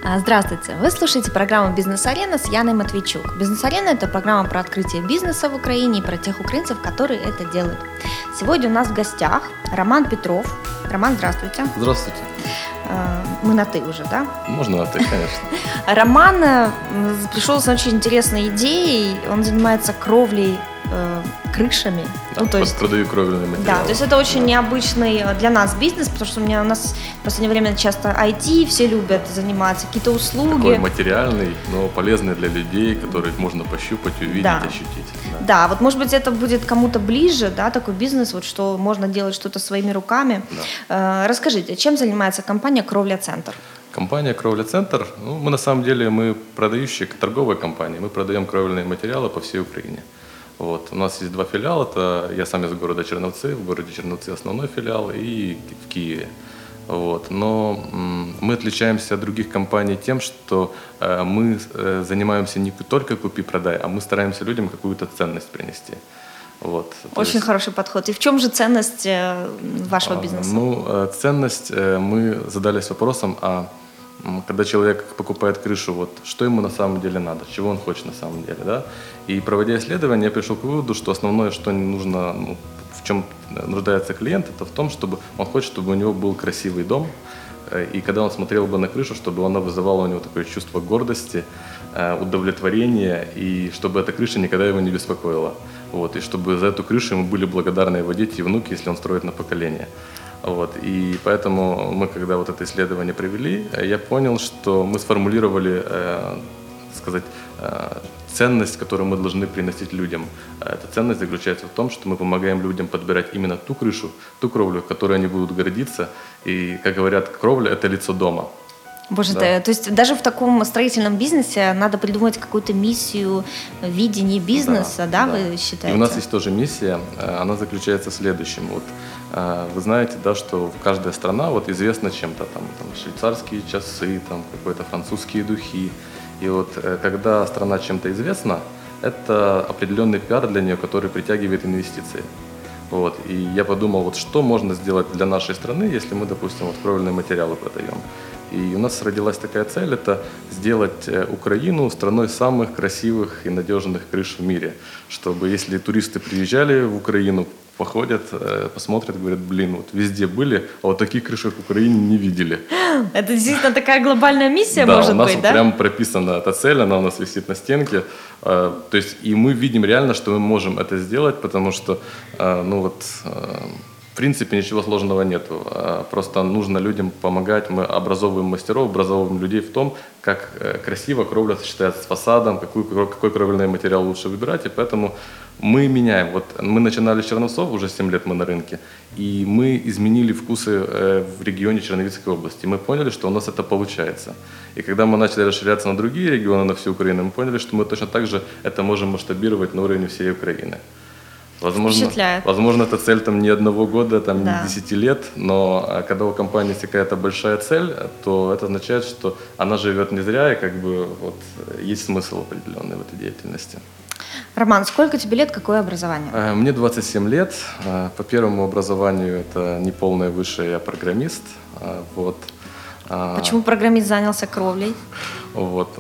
Здравствуйте! Вы слушаете программу «Бизнес-арена» с Яной Матвейчук. «Бизнес-арена» – это программа про открытие бизнеса в Украине и про тех украинцев, которые это делают. Сегодня у нас в гостях Роман Петров. Роман, здравствуйте. Здравствуйте. Мы на «ты» уже, да? Можно на «ты», конечно. Роман пришел с очень интересной идеей. Он занимается кровлей крышами. Да, то есть продаю кровельные материалы. Да, то есть это очень необычный для нас бизнес, потому что у нас в последнее время часто IT, все любят заниматься, какие-то услуги. Такой материальный, но полезный для людей, который можно пощупать, увидеть, да. ощутить. Да, вот может быть это будет кому-то ближе, да, такой бизнес, вот что можно делать что-то своими руками. Да. Расскажите, чем занимается компания «Кровля-центр»? Компания «Кровля-центр», мы на самом деле мы продающая торговая компания, мы продаем кровельные материалы по всей Украине. Вот. У нас есть два филиала, это я сам из города Черновцы, в городе Черновцы основной филиал и в Киеве. Вот. Но мы отличаемся от других компаний тем, что мы занимаемся не только купи-продай, а мы стараемся людям какую-то ценность принести. Вот. Очень хороший подход. И в чем же ценность вашего бизнеса? Ценность, мы задались вопросом, когда человек покупает крышу, вот, что ему на самом деле надо, чего он хочет на самом деле. Да? И проводя исследования, я пришел к выводу, что основное, что нужно, в чем нуждается клиент, это в том, чтобы он хочет, чтобы у него был красивый дом, и когда он смотрел бы на крышу, чтобы она вызывала у него такое чувство гордости, удовлетворения, и чтобы эта крыша никогда его не беспокоила. Вот, и чтобы за эту крышу ему были благодарны его дети и внуки, если он строит на поколение. Вот, и поэтому мы, когда вот это исследование провели, я понял, что мы сформулировали, ценность, которую мы должны приносить людям. Эта ценность заключается в том, что мы помогаем людям подбирать именно ту крышу, ту кровлю, которой они будут гордиться. И, как говорят, кровля – это лицо дома. Боже ты, то есть даже в таком строительном бизнесе надо придумать какую-то миссию, видение бизнеса, да, вы считаете? И у нас есть тоже миссия, она заключается в следующем. Вот, вы знаете, да, что каждая страна вот известна чем-то, там швейцарские часы, там какие-то французские духи. И вот когда страна чем-то известна, это определенный пиар для нее, который притягивает инвестиции. Вот. И я подумал, вот что можно сделать для нашей страны, если мы, допустим, вот кровельные материалы продаем. И у нас родилась такая цель – это сделать Украину страной самых красивых и надежных крыш в мире. Чтобы если туристы приезжали в Украину, походят, посмотрят, говорят, вот везде были, а вот таких крышек в Украине не видели. Это действительно такая глобальная миссия, может быть, да? Да, у нас прям прописана эта цель, она у нас висит на стенке. То есть и мы видим реально, что мы можем это сделать, потому что, в принципе, ничего сложного нету. Просто нужно людям помогать. Мы образовываем мастеров, образовываем людей в том, как красиво кровля сочетается с фасадом, какой кровельный материал лучше выбирать. И поэтому мы меняем. Вот мы начинали с Черновцов, уже 7 лет мы на рынке, и мы изменили вкусы в регионе Черновицкой области. Мы поняли, что у нас это получается. И когда мы начали расширяться на другие регионы, на всю Украину, мы поняли, что мы точно так же это можем масштабировать на уровне всей Украины. Возможно, эта цель не одного года, не 10 лет, но когда у компании есть какая-то большая цель, то это означает, что она живет не зря, и есть смысл определенный в этой деятельности. Роман, сколько тебе лет, какое образование? Мне 27 лет. По первому образованию это неполное высшее, я программист. Вот. Почему программист занялся кровлей? Вот.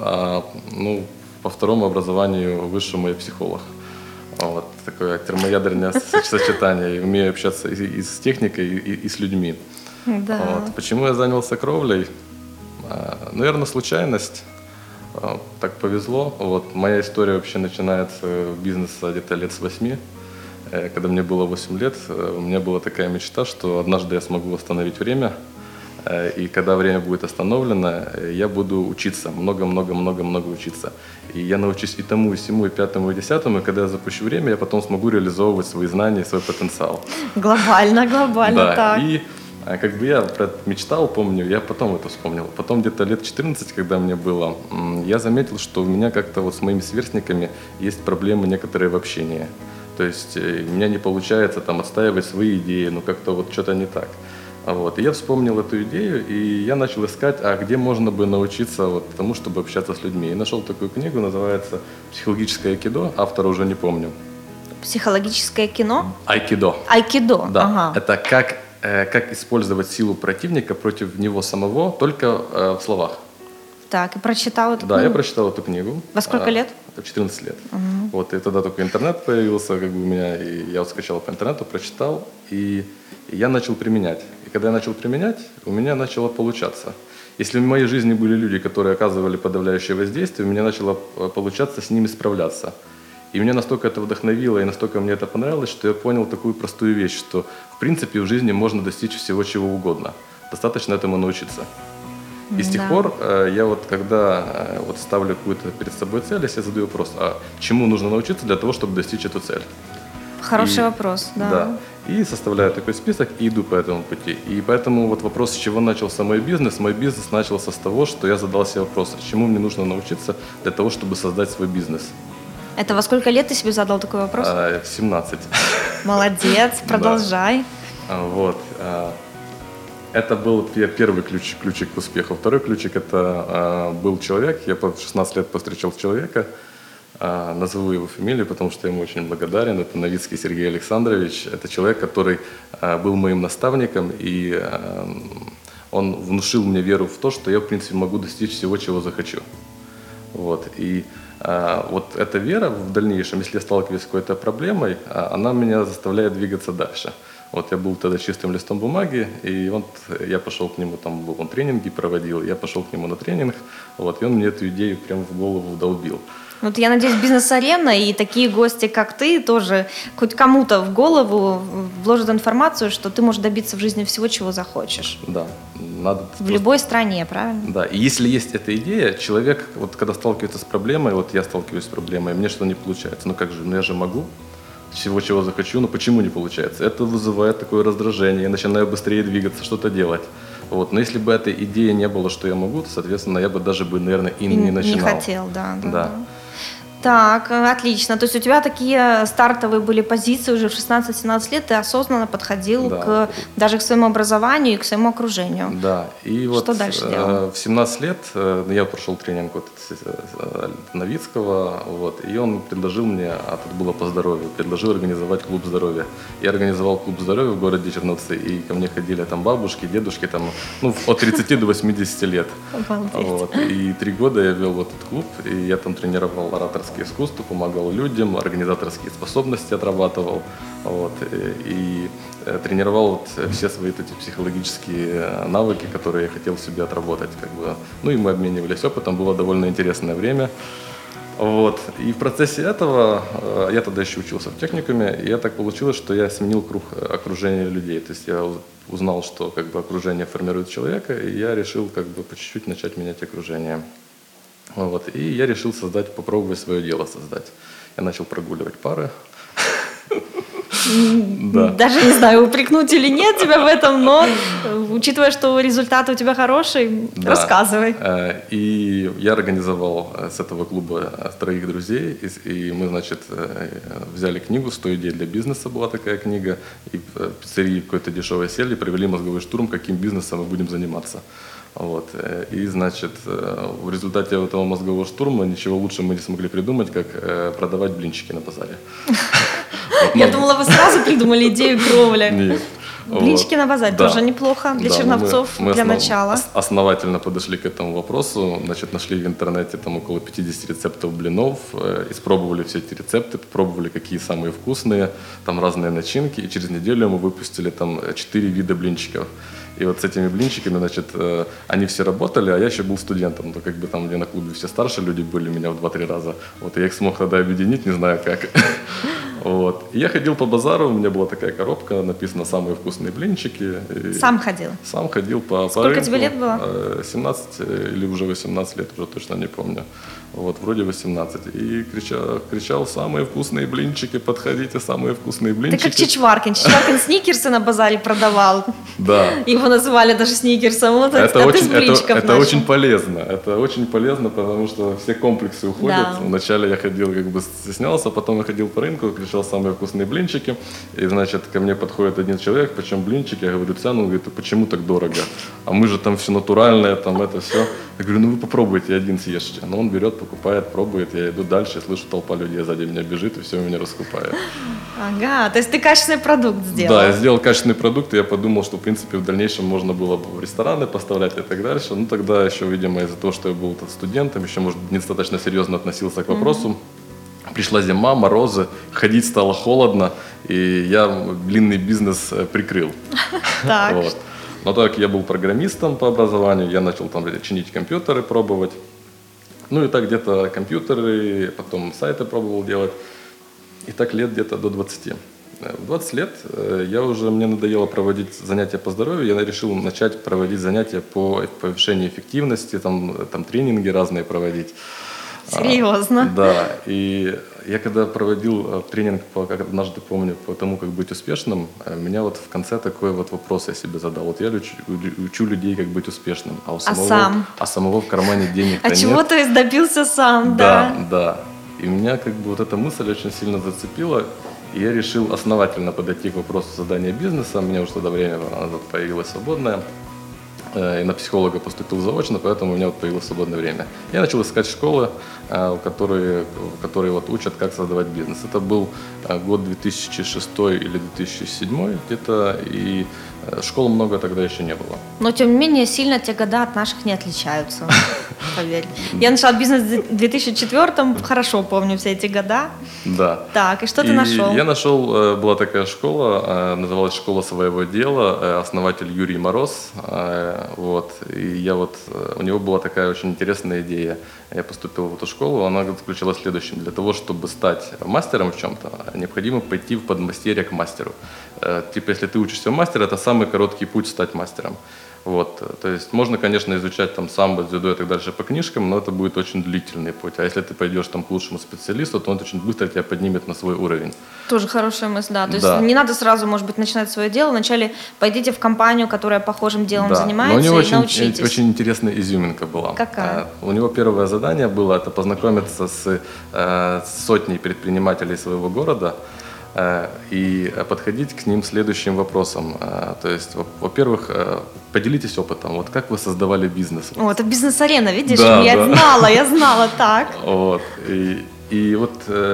По второму образованию высшему я психолог. Вот такое термоядерное сочетание. И умею общаться и с техникой, и с людьми. Да. Вот. Почему я занялся кровлей? Наверное, случайность. Так повезло. Вот. Моя история вообще начинается в бизнесе где-то лет с 8. Когда мне было 8 лет, у меня была такая мечта, что однажды я смогу остановить время. И когда время будет остановлено, я буду учиться, много-много-много-много учиться. И я научусь и тому, и всему, и пятому, и десятому, и когда я запущу время, я потом смогу реализовывать свои знания, свой потенциал. Глобально, да. Так. И я про это мечтал, помню, я потом это вспомнил. Потом где-то лет 14, когда мне было, я заметил, что у меня как-то с моими сверстниками есть проблемы некоторые в общении. То есть у меня не получается отстаивать свои идеи, как-то что-то не так. Вот. И я вспомнил эту идею, и я начал искать, где можно бы научиться тому, чтобы общаться с людьми. И нашел такую книгу, называется «Психологическое айкидо», автора уже не помню. Психологическое кино? Айкидо. Айкидо, да. Ага. Это как использовать силу противника против него самого, только в словах. Так, и прочитал эту Да, книгу? я прочитал эту книгу. Во сколько лет? 14 лет. Вот, и тогда только интернет появился как бы у меня, и я вот скачал по интернету, прочитал, и я начал применять. И когда я начал применять, у меня начало получаться. Если в моей жизни были люди, которые оказывали подавляющее воздействие, у меня начало получаться с ними справляться. И меня настолько это вдохновило, и настолько мне это понравилось, что я понял такую простую вещь, что в принципе в жизни можно достичь всего чего угодно. Достаточно этому научиться. И с тех пор я вот, когда вот ставлю какую-то перед собой цель, я себе задаю вопрос, а чему нужно научиться для того, чтобы достичь эту цель? Хороший вопрос, да. Да. И составляю такой список и иду по этому пути. И поэтому вот вопрос, с чего начался мой бизнес начался с того, что я задал себе вопрос, чему мне нужно научиться для того, чтобы создать свой бизнес. Это во сколько лет ты себе задал такой вопрос? В 17. Молодец, продолжай. Вот. Это был первый ключик к успеху. Второй ключик – это был человек. Я в 16 лет повстречал человека. Назову его фамилию, потому что я ему очень благодарен. Это Новицкий Сергей Александрович. Это человек, который был моим наставником, и он внушил мне веру в то, что я, в принципе, могу достичь всего, чего захочу. Вот. И вот эта вера в дальнейшем, если я сталкиваюсь с какой-то проблемой, она меня заставляет двигаться дальше. Вот я был тогда чистым листом бумаги, и я пошел к нему, там он тренинги проводил, я пошел к нему на тренинг, вот, и он мне эту идею прямо в голову вдолбил. Вот я надеюсь, «Бизнес-арена» и такие гости, как ты, тоже хоть кому-то в голову вложат информацию, что ты можешь добиться в жизни всего, чего захочешь. Да, надо... В любой стране, правильно? Да, и если есть эта идея, человек, вот когда сталкивается с проблемой, вот я сталкиваюсь с проблемой, мне что-то не получается, как же, я же могу всего, чего захочу, но почему не получается? Это вызывает такое раздражение, я начинаю быстрее двигаться, что-то делать. Вот. Но если бы этой идеи не было, что я могу, то, соответственно, я бы даже, наверное, и не начинал. Не хотел, да. Так, отлично. То есть у тебя такие стартовые были позиции уже в 16-17 лет, ты осознанно подходил даже к своему образованию и к своему окружению. Да. И что дальше делал? В 17 лет я прошел тренинг Новицкого, и он предложил мне, а тут было по здоровью, предложил организовать клуб здоровья. Я организовал клуб здоровья в городе Черновцы, и ко мне ходили там бабушки, дедушки, от 30 до 80 лет. Вот. И 3 года я вел этот клуб, и я там тренировал ораторские искусства, помогал людям, организаторские способности отрабатывал, и тренировал все свои эти психологические навыки, которые я хотел в себе отработать. И мы обменивались опытом, было довольно интересное время. И в процессе этого, я тогда еще учился в техникуме, и так получилось, что я сменил круг окружения людей. То есть я узнал, что окружение формирует человека, и я решил по чуть-чуть начать менять окружение. И я решил попробовать свое дело создать. Я начал прогуливать пары. Даже не знаю, упрекнуть или нет тебя в этом, но учитывая, что результаты у тебя хорошие, рассказывай. И я организовал с этого клуба 3 друзей, и мы, взяли книгу «100 идей для бизнеса», была такая книга, и в пиццерии какой-то дешевой сели, провели мозговой штурм, каким бизнесом мы будем заниматься. И, в результате этого мозгового штурма ничего лучше мы не смогли придумать, как продавать блинчики на базаре. Я думала, вы сразу придумали идею кровли. Нет. Блинчики на базаре тоже неплохо для черновцов, для начала. Основательно подошли к этому вопросу, нашли в интернете около 50 рецептов блинов, испробовали все эти рецепты, попробовали, какие самые вкусные, разные начинки, и через неделю мы выпустили 4 вида блинчиков. И с этими блинчиками, они все работали, а я еще был студентом, где на клубе все старшие люди были, меня в 2-3 раза. И я их смог тогда объединить, не знаю как. И я ходил по базару, у меня была такая коробка, написано «Самые вкусные блинчики». Сам ходил? Сам ходил по Сколько рынку. тебе лет было? 17 или уже 18 лет, уже точно не помню. Вроде 18. И кричал «Самые вкусные блинчики, подходите, самые вкусные блинчики». Ты как Чичваркин. Чичваркин сникерсы на базаре продавал. Да. Его называли даже сникерсом. Ты с блинчиков это очень полезно. Это очень полезно, потому что все комплексы уходят. Да. Вначале я ходил, стеснялся, потом я ходил по рынку, запрещал самые вкусные блинчики. И, значит, ко мне подходит один человек, почем блинчики? Я говорю, цену, он говорит, а почему так дорого? А мы же там все натуральное, там это все. Я говорю, ну вы попробуйте, один съешьте. Но он берет, покупает, пробует, я иду дальше, слышу, толпа людей сзади меня бежит, и все меня раскупает. Ага, то есть ты качественный продукт сделал? Да, я сделал качественный продукт, и я подумал, что, в принципе, в дальнейшем можно было бы в рестораны поставлять и так дальше. Ну, тогда еще, видимо, из-за того, что я был студентом, еще, может, недостаточно серьезно относился к вопросу. Пришла зима, морозы, ходить стало холодно, и я длинный бизнес прикрыл. Так. Вот. Но так как я был программистом по образованию, я начал там чинить компьютеры, пробовать. Ну и так где-то компьютеры, потом сайты пробовал делать. И так лет где-то до 20. В 20 лет мне надоело проводить занятия по здоровью, я решил начать проводить занятия по повышению эффективности, там тренинги разные проводить. Серьезно? Да, и я когда проводил тренинг, как однажды помню, по тому, как быть успешным, меня вот в конце такой вот вопрос я себе задал. Вот я учу людей, как быть успешным, а самого в кармане денег-то нет. чего, то есть, добился сам, да? Да. И меня как бы вот эта мысль очень сильно зацепила, и я решил основательно подойти к вопросу создания бизнеса. У меня уже тогда время появилось свободное. И на психолога поступил заочно, поэтому у меня вот появилось свободное время. Я начал искать школы, которые вот учат, как создавать бизнес. Это был год 2006 или 2007 где-то, и школ много тогда еще не было. Но, тем не менее, сильно те года от наших не отличаются, поверь. Я начала бизнес в 2004-м, хорошо помню все эти года. Да. Так, и что ты нашел? Я нашел, была такая школа, называлась «Школа своего дела», основатель Юрий Мороз. Вот. И у него была такая очень интересная идея. Я поступил в эту школу, она заключалась в следующем. Для того, чтобы стать мастером в чем-то, необходимо пойти в подмастерье к мастеру. Типа, если ты учишься у мастера, это самый короткий путь стать мастером. Вот. То есть можно, конечно, изучать там самбо, дзюдо и так дальше по книжкам, но это будет очень длительный путь. А если ты пойдешь там к лучшему специалисту, то он очень быстро тебя поднимет на свой уровень. Тоже хорошая мысль, да. То есть не надо сразу, может быть, начинать свое дело. Вначале пойдите в компанию, которая похожим делом занимается, но у него и научитесь. Очень интересная изюминка была. Какая? У него первое задание было это познакомиться с сотней предпринимателей своего города, и подходить к ним следующим вопросом. То есть, во-первых, поделитесь опытом. Вот как вы создавали бизнес? О, это бизнес-арена, видишь? Да, я знала, так. Вот. И вот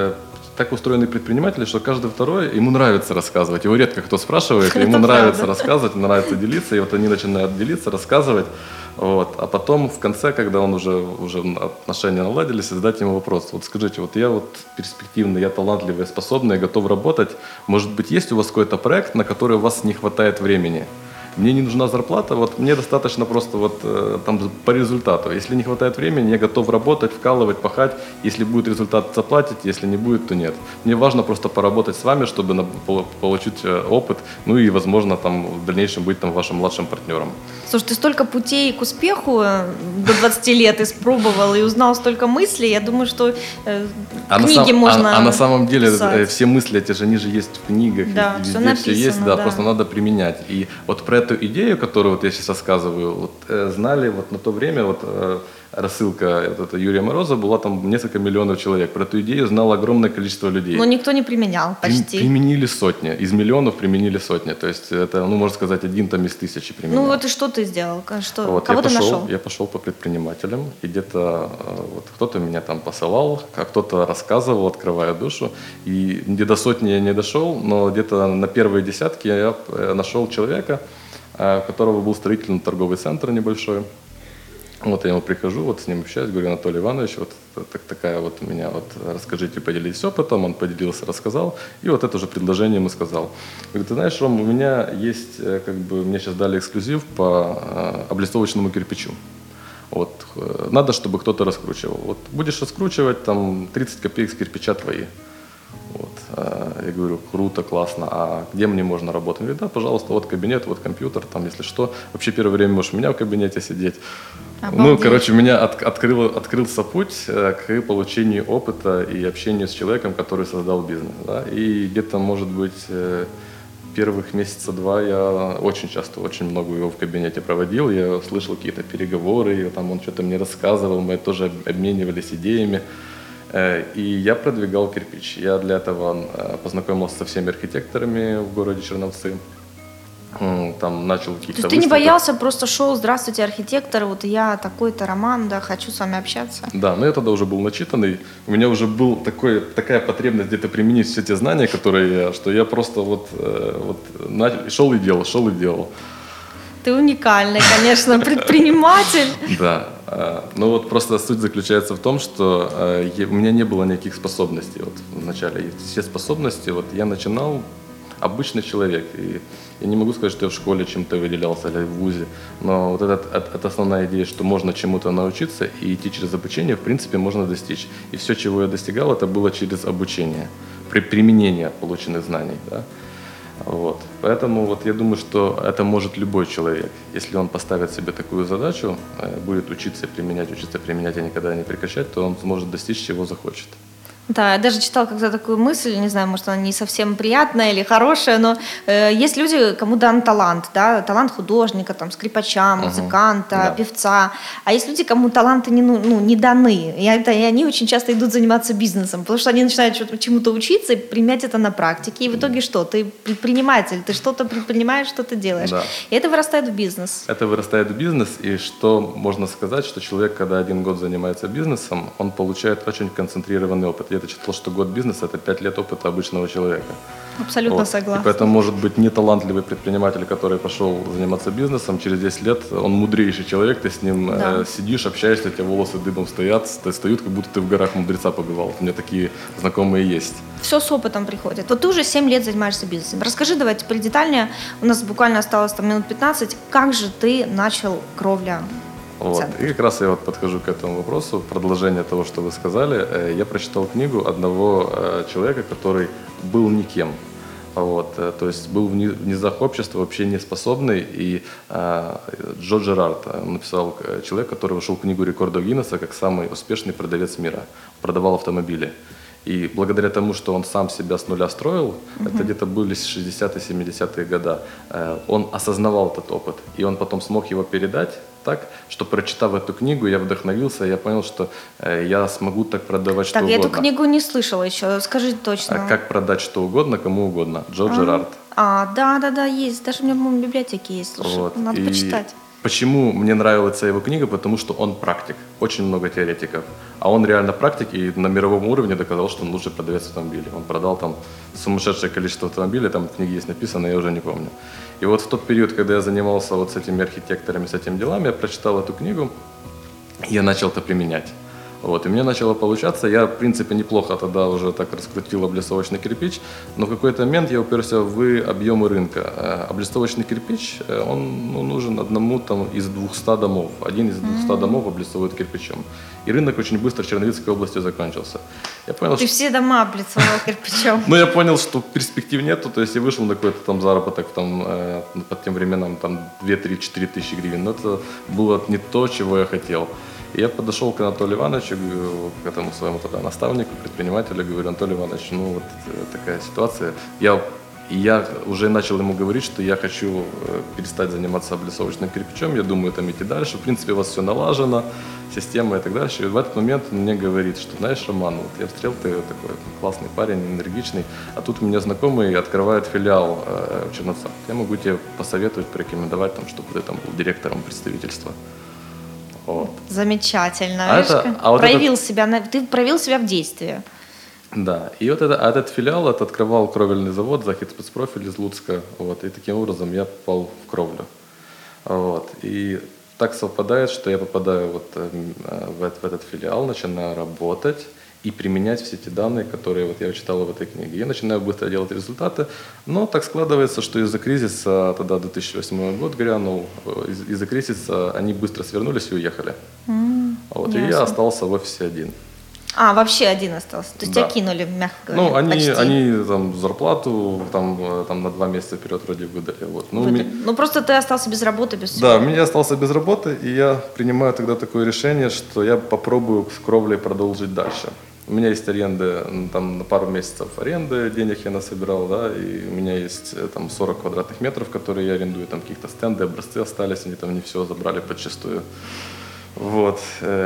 так устроены предприниматели, что каждый второй, ему нравится рассказывать. Его редко кто спрашивает, ему нравится рассказывать, ему нравится делиться. И вот они начинают делиться, рассказывать. Вот. А потом в конце, когда он уже отношения наладились, задать ему вопрос. Вот скажите, вот я вот перспективный, я талантливый, способный, готов работать. Может быть, есть у вас какой-то проект, на который у вас не хватает времени? Мне не нужна зарплата, вот мне достаточно просто вот там по результату. Если не хватает времени, я готов работать, вкалывать, пахать. Если будет результат, заплатить, если не будет, то нет. Мне важно просто поработать с вами, чтобы получить опыт, ну и, возможно, там в дальнейшем быть там вашим младшим партнером. Слушай, ты столько путей к успеху до 20 лет испробовал и узнал столько мыслей, я думаю, что книги можно на самом деле писать. Все мысли, они же есть в книгах, да, везде все написано, есть, да, просто надо применять. И вот про эту идею, которую вот я сейчас рассказываю, вот, знали вот на то время, вот рассылка вот это Юрия Мороза была там несколько миллионов человек. Про эту идею знало огромное количество людей. Но никто не применял почти. Применили сотни. Из миллионов применили сотни. То есть это, можно сказать, один там из тысячи применил. Ну вот и что ты сделал? Вот, кого ты нашел? Я пошел по предпринимателям, и где-то вот, кто-то меня там посылал, а кто-то рассказывал, открывая душу. И где до сотни я не дошел, но где-то на первые десятки я нашел человека, у которого был строительный торговый центр небольшой. Вот я ему прихожу, вот с ним общаюсь, говорю, Анатолий Иванович, вот такая вот у меня, вот расскажите, поделитесь опытом. Он поделился, рассказал, и вот это же предложение ему сказал. Говорит, ты знаешь, Ром, у меня есть, мне сейчас дали эксклюзив по облицовочному кирпичу. Вот, надо, чтобы кто-то раскручивал. Вот будешь раскручивать, там 30 копеек с кирпича твои. Вот. Я говорю, круто, классно, а где мне можно работать? Он говорит, да, пожалуйста, вот кабинет, вот компьютер, там, если что. Вообще первое время можешь у меня в кабинете сидеть. Обалдеть. Ну, короче, у меня открылся путь к получению опыта и общению с человеком, который создал бизнес. Да? И где-то, может быть, первых месяца два я очень часто, очень много его в кабинете проводил. Я слышал какие-то переговоры, там он что-то мне рассказывал, мы тоже обменивались идеями. И я продвигал кирпич. Я для этого познакомился со всеми архитекторами в городе Черновцы. Там начал каких-то То есть ты не боялся, просто шел, здравствуйте, архитектор, вот я такой-то Роман, да, хочу с вами общаться? Да, но я тогда уже был начитанный, у меня уже была такая потребность где-то применить все те знания, что я просто шел и делал. Ты уникальный, конечно, предприниматель. Да, но вот просто суть заключается в том, что у меня не было никаких способностей. Вот вначале все способности, вот я начинал обычный человек. И я не могу сказать, что я в школе чем-то выделялся или в вузе, но вот это основная идея, что можно чему-то научиться и идти через обучение, в принципе, можно достичь. И все, чего я достигал, это было через обучение, при применении полученных знаний. Да? Вот. Поэтому вот я думаю, что это может любой человек. Если он поставит себе такую задачу, будет учиться применять и никогда не прекращать, то он сможет достичь, чего захочет. Да, я даже читала когда такую мысль, не знаю, может, она не совсем приятная или хорошая, но есть люди, кому дан талант, да, талант художника, там, скрипача, музыканта, да. певца, а есть люди, кому таланты не даны, и они очень часто идут заниматься бизнесом, потому что они начинают чему-то учиться и применять это на практике, и в итоге что? Ты предприниматель, ты что-то предпринимаешь, что-то делаешь, да. И это вырастает в бизнес. Это вырастает в бизнес, и что можно сказать, что человек, когда 1 год занимается бизнесом, он получает очень концентрированный опыт. Я читал, что год бизнеса – это 5 лет опыта обычного человека. Абсолютно согласна. И поэтому, может быть, неталантливый предприниматель, который пошел заниматься бизнесом, через 10 лет он мудрейший человек, ты с ним сидишь, общаешься, у тебя волосы дыбом встают, как будто ты в горах мудреца побывал. У меня такие знакомые есть. Все с опытом приходит. Вот ты уже 7 лет занимаешься бизнесом. Расскажи давай теперь детальнее, у нас буквально осталось там минут 15, как же ты начал кровля? Вот. И как раз я подхожу к этому вопросу, продолжение того, что вы сказали. Я прочитал книгу одного человека, который был никем. Вот. То есть был в низах общества, вообще неспособный. И Джо Джерард написал, человек, который вошел в книгу рекордов Гиннесса как самый успешный продавец мира. Продавал автомобили. И благодаря тому, что он сам себя с нуля строил, это где-то были 60-е, 70-е годы, он осознавал этот опыт. И он потом смог его передать так, что, прочитав эту книгу, я вдохновился, я понял, что я смогу так продавать что угодно. Так, я эту книгу не слышала еще, скажи точно. Как продать что угодно, кому угодно. Джо Джерард. Да, есть. Даже у меня, по-моему, в библиотеке есть. Слушай, вот. Надо почитать. Почему мне нравилась его книга? Потому что он практик. Очень много теоретиков. А он реально практик и на мировом уровне доказал, что он лучший продавец автомобилей. Он продал там сумасшедшее количество автомобилей, там в книге есть написано, я уже не помню. И вот в тот период, когда я занимался вот с этими архитекторами, с этими делами, я прочитал эту книгу, и я начал это применять. Вот, и мне начало получаться, я, в принципе, неплохо тогда уже так раскрутил облицовочный кирпич, но в какой-то момент я уперся в объемы рынка. Облицовочный кирпич, он нужен одному там из 200 домов. Один из 200 домов облицовывают кирпичом. И рынок очень быстро в Черновицкой области закончился. Я понял, Ты все дома облицовал кирпичом. Ну, я понял, что перспектив нету, то есть я вышел на какой-то там заработок по тем временам там 2-3-4 тысячи гривен, но это было не то, чего я хотел. И я подошел к Анатолию Ивановичу, к этому своему тогда наставнику, предпринимателю, говорю: Анатолий Иванович, вот такая ситуация. Я уже начал ему говорить, что я хочу перестать заниматься облицовочным кирпичом, я думаю там идти дальше. В принципе, у вас все налажено, система и так дальше. И в этот момент он мне говорит, что, знаешь, Роман, вот я встрел, ты такой классный парень, энергичный, а тут у меня знакомый открывает филиал в Черновцах. Я могу тебе посоветовать, порекомендовать, там, чтобы ты там был директором представительства. Вот. Замечательно. Ты проявил себя в действии. Да, и вот этот филиал открывал кровельный завод «Захидспецпрофиль» из Луцка, вот, и таким образом я попал в кровлю. Вот, и так совпадает, что я попадаю вот в этот филиал, начинаю работать и применять все те данные, которые вот я читал в этой книге. Я начинаю быстро делать результаты, но так складывается, что из-за кризиса, тогда 2008 год грянул, из-за кризиса они быстро свернулись и уехали. Вот, и я остался в офисе один. Вообще один остался. То есть тебя кинули, мягко говоря. Ну, они там зарплату там на 2 месяца вперед вроде выдали. Вот. Ну, просто ты остался без работы, без всего. Да, я остался без работы, и я принимаю тогда такое решение, что я попробую с кровлей продолжить дальше. У меня есть аренда, там на пару месяцев аренды, денег я насобирал, да, и у меня есть там 40 квадратных метров, которые я арендую, там каких-то стенды, образцы остались, они там не все забрали подчистую. Вот.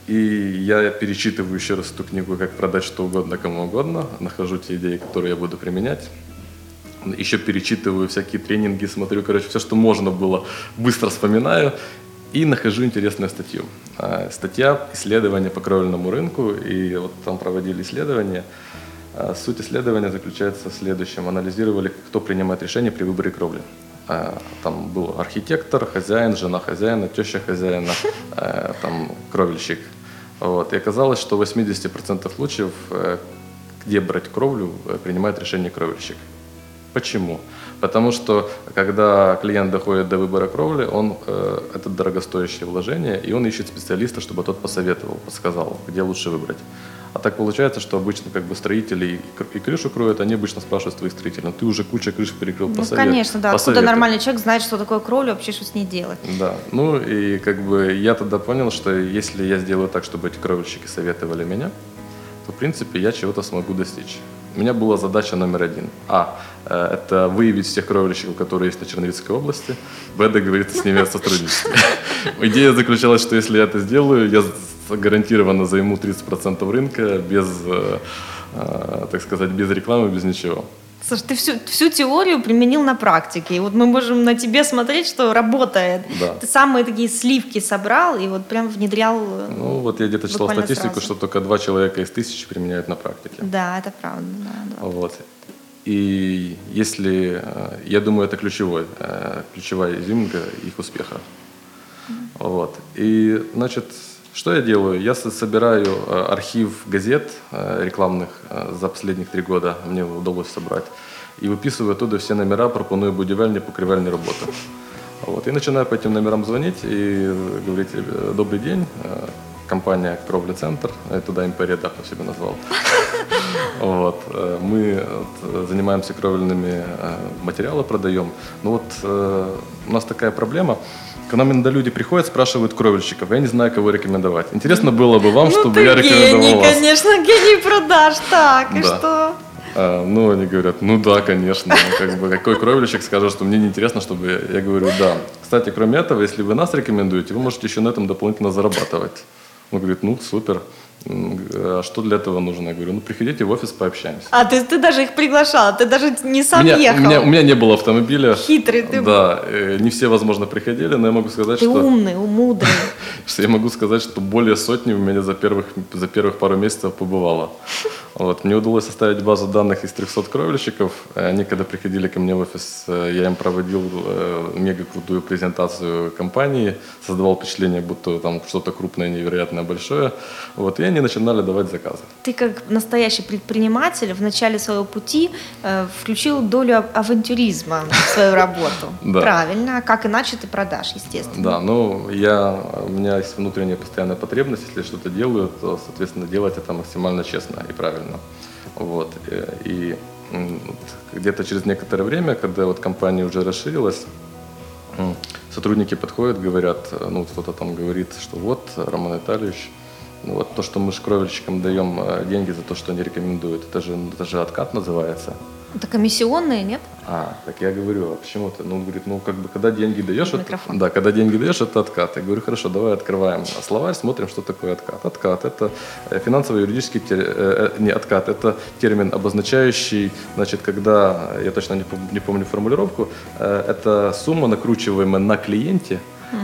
И я перечитываю еще раз эту книгу «Как продать что угодно кому угодно», нахожу те идеи, которые я буду применять. Еще перечитываю всякие тренинги, смотрю, короче, все, что можно было, быстро вспоминаю и нахожу интересную статью. Статья «Исследование по кровельному рынку», и вот там проводили исследования. Суть исследования заключается в следующем. Анализировали, кто принимает решение при выборе кровли. Там был архитектор, хозяин, жена хозяина, теща хозяина, там кровельщик. Вот. И оказалось, что в 80% случаев, где брать кровлю, принимает решение кровельщик. Почему? Потому что, когда клиент доходит до выбора кровли, это дорогостоящее вложение, и он ищет специалиста, чтобы тот посоветовал, подсказал, где лучше выбрать. А так получается, что обычно строители и крышу кроют, они обычно спрашивают своих строителей: ты уже куча крыш перекрыл, посоветуй. Конечно, да. Откуда нормальный человек знает, что такое кровля, вообще что с ней делать? Да. Ну и я тогда понял, что если я сделаю так, чтобы эти кровельщики советовали меня, то в принципе я чего-то смогу достичь. У меня была задача номер 1. Это выявить всех кровельщиков, которые есть на Черновицкой области. Б, договориться с ними о сотрудничестве. Идея заключалась, что если я это сделаю, я гарантированно займу 30% рынка без, так сказать, без рекламы, без ничего. Слушай, ты всю теорию применил на практике. И вот мы можем на тебе смотреть, что работает. Да. Ты самые такие сливки собрал и вот прям внедрял. Ну вот я где-то читал статистику, сразу. что только 2 человека из 1000 применяют на практике. Да, это правда. Да. Вот. И я думаю, это ключевая изюминка их успеха. Вот. И, значит, что я делаю? Я собираю архив газет рекламных за последних 3 года, мне удалось собрать, и выписываю оттуда все номера, пропоную будівельні, покривельні роботи. Вот. И начинаю по этим номерам звонить и говорить: добрый день, компания «Кровля Центр», я туда «Империя Даха» себе назвал. Вот. Мы занимаемся кровельными материалами, продаем. Но вот у нас такая проблема. К нам иногда люди приходят, спрашивают кровельщиков, я не знаю, кого рекомендовать. Интересно было бы вам, чтобы я рекомендовал вас. Гений, конечно, гений продаж. Так, и что? Ну, они говорят: ну да, конечно. Какой кровельщик скажет, что мне неинтересно, чтобы я говорю: да. Кстати, кроме этого, если вы нас рекомендуете, вы можете еще на этом дополнительно зарабатывать. Он говорит: ну, супер. А что для этого нужно? Я говорю: ну, приходите в офис, пообщаемся. А ты даже их приглашал, ты даже не сам ехал. У меня не было автомобиля. Хитрый ты был. Да, не все, возможно, приходили, но я могу сказать, ты умный, мудрый. Что я могу сказать, что более сотни у меня за первых пару месяцев побывало. Вот. Мне удалось составить базу данных из 300 кровельщиков. Они, когда приходили ко мне в офис, я им проводил мега крутую презентацию компании, создавал впечатление, будто там что-то крупное, невероятное, большое. Вот. И они начинали давать заказы. Ты как настоящий предприниматель в начале своего пути включил долю авантюризма в свою работу. Да. Правильно. А как иначе ты продашь, естественно. Да, ну у меня есть внутренняя постоянная потребность, если я что-то делаю, то, соответственно, делать это максимально честно и правильно. Вот. И где-то через некоторое время, когда вот компания уже расширилась, сотрудники подходят, говорят, ну кто-то там говорит, что вот, Роман Витальевич, вот то, что мы кровельщикам даем деньги за то, что они рекомендуют, это же откат называется. Это комиссионные, нет? Так я говорю: а почему ты? Ну, он говорит: ну, когда деньги даешь, когда деньги даешь, это откат. Я говорю: хорошо, давай открываем словарь, смотрим, что такое откат. Откат – это финансово-юридический откат – это термин, обозначающий, значит, когда, я точно не помню формулировку, это сумма, накручиваемая на клиенте,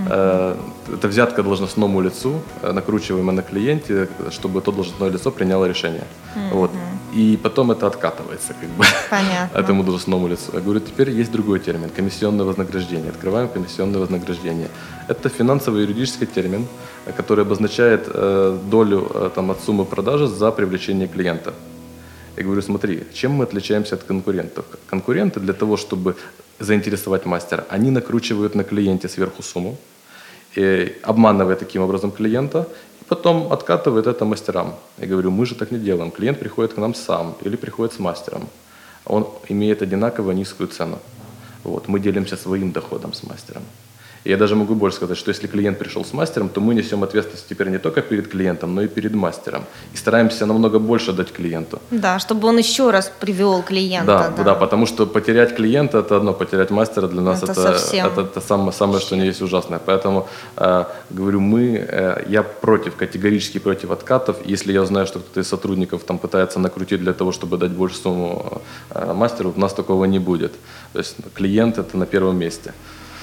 это взятка должностному лицу, накручиваемая на клиенте, чтобы то должностное лицо приняло решение. Вот. И потом это откатывается этому должностному лицу. Я говорю: теперь есть другой термин – комиссионное вознаграждение. Открываем комиссионное вознаграждение. Это финансово-юридический термин, который обозначает долю от суммы продажи за привлечение клиента. Я говорю: смотри, чем мы отличаемся от конкурентов? Конкуренты для того, чтобы заинтересовать мастера, они накручивают на клиенте сверху сумму, обманывая таким образом клиента, и потом откатывают это мастерам. Я говорю: мы же так не делаем. Клиент приходит к нам сам или приходит с мастером. Он имеет одинаково низкую цену. Вот. Мы делимся своим доходом с мастером. И я даже могу больше сказать, что если клиент пришел с мастером, то мы несем ответственность теперь не только перед клиентом, но и перед мастером. И стараемся намного больше дать клиенту. Да, чтобы он еще раз привел клиента. Да, потому что потерять клиента – это одно, потерять мастера для нас это самое, что не есть ужасное. Поэтому, говорю, я категорически против откатов. Если я знаю, что кто-то из сотрудников там пытается накрутить для того, чтобы дать больше сумму мастеру, у нас такого не будет. То есть клиент – это на первом месте.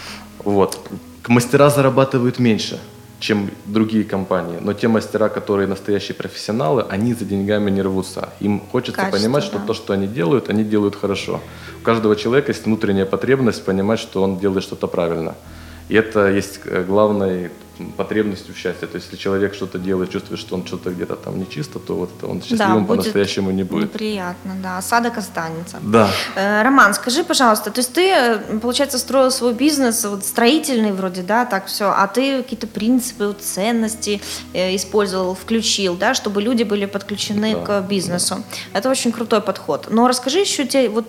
Вот. Мастера зарабатывают меньше, чем другие компании, но те мастера, которые настоящие профессионалы, они за деньгами не рвутся. Им хочется понимать, что то, что они делают хорошо. У каждого человека есть внутренняя потребность понимать, что он делает что-то правильно. И это есть главной потребностью в счастье. То есть, если человек что-то делает, чувствует, что он что-то где-то там нечисто, то вот он счастливым по-настоящему не будет. Неприятно, да. Осадок останется. Да. Роман, скажи, пожалуйста, то есть ты, получается, строил свой бизнес, вот строительный вроде, да, так все, а ты какие-то принципы, ценности использовал, включил, да, чтобы люди были подключены к бизнесу. Это очень крутой подход. Но расскажи еще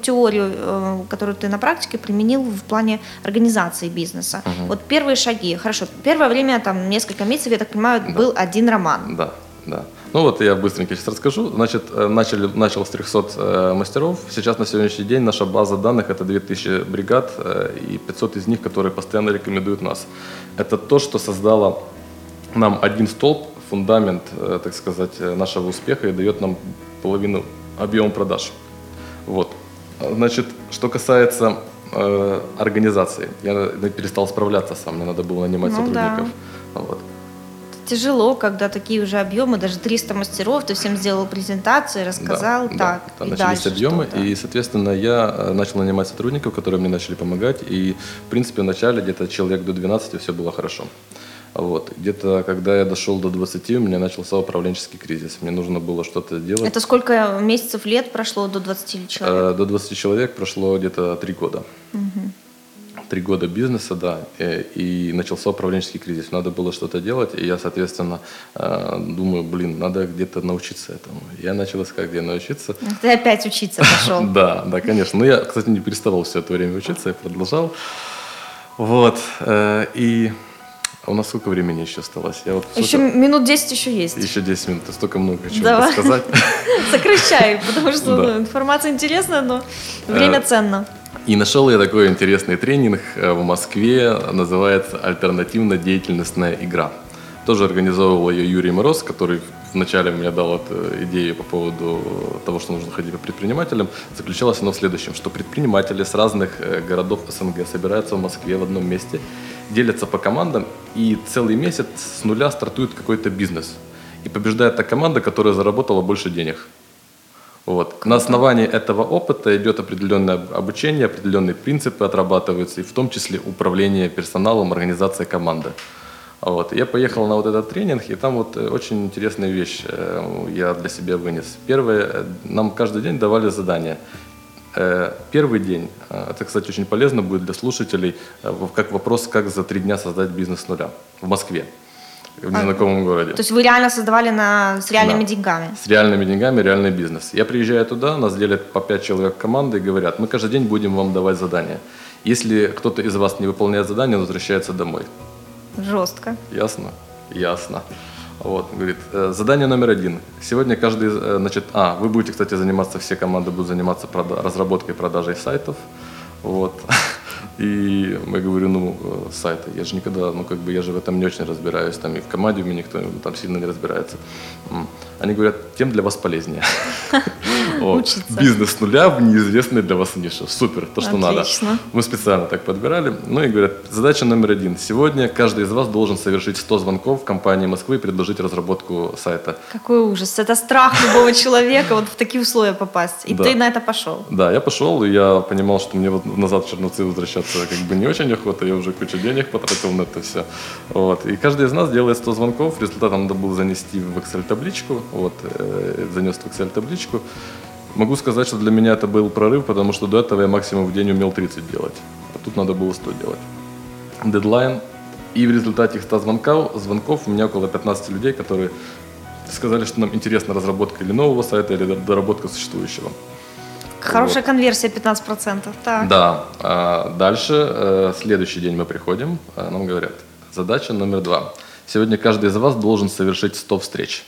теорию, которую ты на практике применил в плане организации бизнеса. Вот первые шаги. Хорошо, первое время, там, несколько месяцев, я так понимаю, был один Роман. Да. Ну вот я быстренько сейчас расскажу. Значит, начал с 300 мастеров. Сейчас на сегодняшний день наша база данных – это 2000 бригад и 500 из них, которые постоянно рекомендуют нас. Это то, что создало нам один столб, фундамент, так сказать, нашего успеха и дает нам половину объема продаж. Вот. Значит, что касается организации. Я перестал справляться сам, мне надо было нанимать сотрудников. Да. Вот. Тяжело, когда такие уже объемы, даже 300 мастеров, ты всем сделал презентацию, рассказал, да, начались объемы, и, соответственно, я начал нанимать сотрудников, которые мне начали помогать, и, в принципе, вначале где-то человек до 12 все было хорошо. Вот. Где-то, когда я дошел до 20, у меня начался управленческий кризис. Мне нужно было что-то делать. Это сколько месяцев, лет прошло до 20 человек? До 20 человек прошло где-то 3 года. 3 года бизнеса, да, и начался управленческий кризис. Надо было что-то делать, и я, соответственно, думаю, надо где-то научиться этому. Я начал искать, где научиться. Ты опять учиться пошел. Да, конечно. Но я, кстати, не переставал все это время учиться, я продолжал. Вот, и... У нас сколько времени еще осталось? Еще минут 10 еще есть. Еще 10 минут, столько много чего рассказать. Сокращай, потому что информация интересная, но время ценно. И нашел я такой интересный тренинг в Москве, называется «Альтернативно-деятельностная игра». Тоже организовывал ее Юрий Мороз, который вначале мне дал эту идею по поводу того, что нужно ходить по предпринимателям. Заключалось оно в следующем, что предприниматели с разных городов СНГ собираются в Москве в одном месте, делятся по командам и целый месяц с нуля стартует какой-то бизнес. И побеждает та команда, которая заработала больше денег. Вот. На основании этого опыта идет определенное обучение, определенные принципы отрабатываются, и в том числе управление персоналом, организация команды. Вот. Я поехал на вот этот тренинг, и там вот очень интересная вещь я для себя вынес. Первое, нам каждый день давали задания. Первый день, это, кстати, очень полезно будет для слушателей, как вопрос, как за 3 дня создать бизнес с нуля в Москве, в незнакомом городе. То есть вы реально создавали с реальными деньгами? С реальными деньгами, реальный бизнес. Я приезжаю туда, нас делят по 5 человек команды и говорят, мы каждый день будем вам давать задания. Если кто-то из вас не выполняет задание, он возвращается домой. Жестко. Ясно. Вот, говорит, задание номер 1. Сегодня каждый, вы будете, кстати, заниматься, все команды будут заниматься разработкой и продажей сайтов. Вот. И я говорю, сайты, я же никогда, я же в этом не очень разбираюсь, там и в команде у меня никто там сильно не разбирается. Они говорят, тем для вас полезнее. Бизнес с нуля в неизвестной для вас нише. Супер, то, что надо. Мы специально так подбирали. И говорят, задача номер 1. Сегодня каждый из вас должен совершить 100 звонков в компании Москвы и предложить разработку сайта. Какой ужас. Это страх любого человека в такие условия попасть. И ты на это пошел. Да, я пошел, и я понимал, что мне назад в Черновцы возвращаться не очень охота, я уже кучу денег потратил на это все. Вот. И каждый из нас делает 100 звонков, результат надо было занести в Excel-табличку, занес в Excel-табличку. Могу сказать, что для меня это был прорыв, потому что до этого я максимум в день умел 30 делать, а тут надо было 100 делать. Дедлайн, и в результате их 100 звонков у меня около 15 людей, которые сказали, что нам интересна разработка или нового сайта, или доработка существующего. Хорошая конверсия 15%. Так. Да. Дальше, следующий день мы приходим, нам говорят, задача номер 2. Сегодня каждый из вас должен совершить 100 встреч.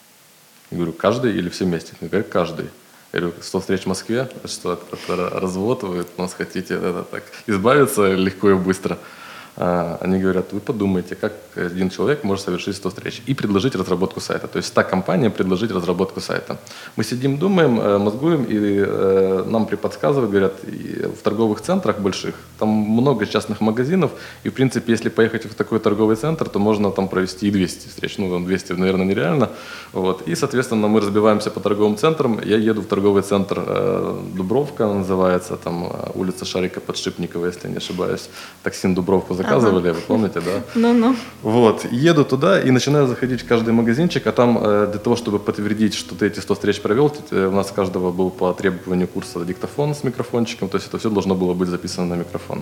Я говорю, каждый или все вместе? Я говорю, каждый. Я говорю, 100 встреч в Москве? Что это развод? Вы от нас хотите так избавиться легко и быстро? Они говорят, вы подумайте, как один человек может совершить 100 встреч и предложить разработку сайта. То есть 100 компаниям предложить разработку сайта. Мы сидим, думаем, мозгуем, и нам подсказывают, говорят, в торговых центрах больших, там много частных магазинов, и в принципе, если поехать в такой торговый центр, то можно там провести и 200 встреч. Ну, 200, наверное, нереально. Вот. И, соответственно, мы разбиваемся по торговым центрам. Я еду в торговый центр Дубровка, называется, там улица Шарика Подшипникова, если не ошибаюсь. Таксин Дубровку заказывали, вы помните, да? Ну-ну. Вот, еду туда и начинаю заходить в каждый магазинчик, а там для того, чтобы подтвердить, что ты эти 100 встреч провел, у нас у каждого был по требованию курса диктофон с микрофончиком, то есть это все должно было быть записано на микрофон,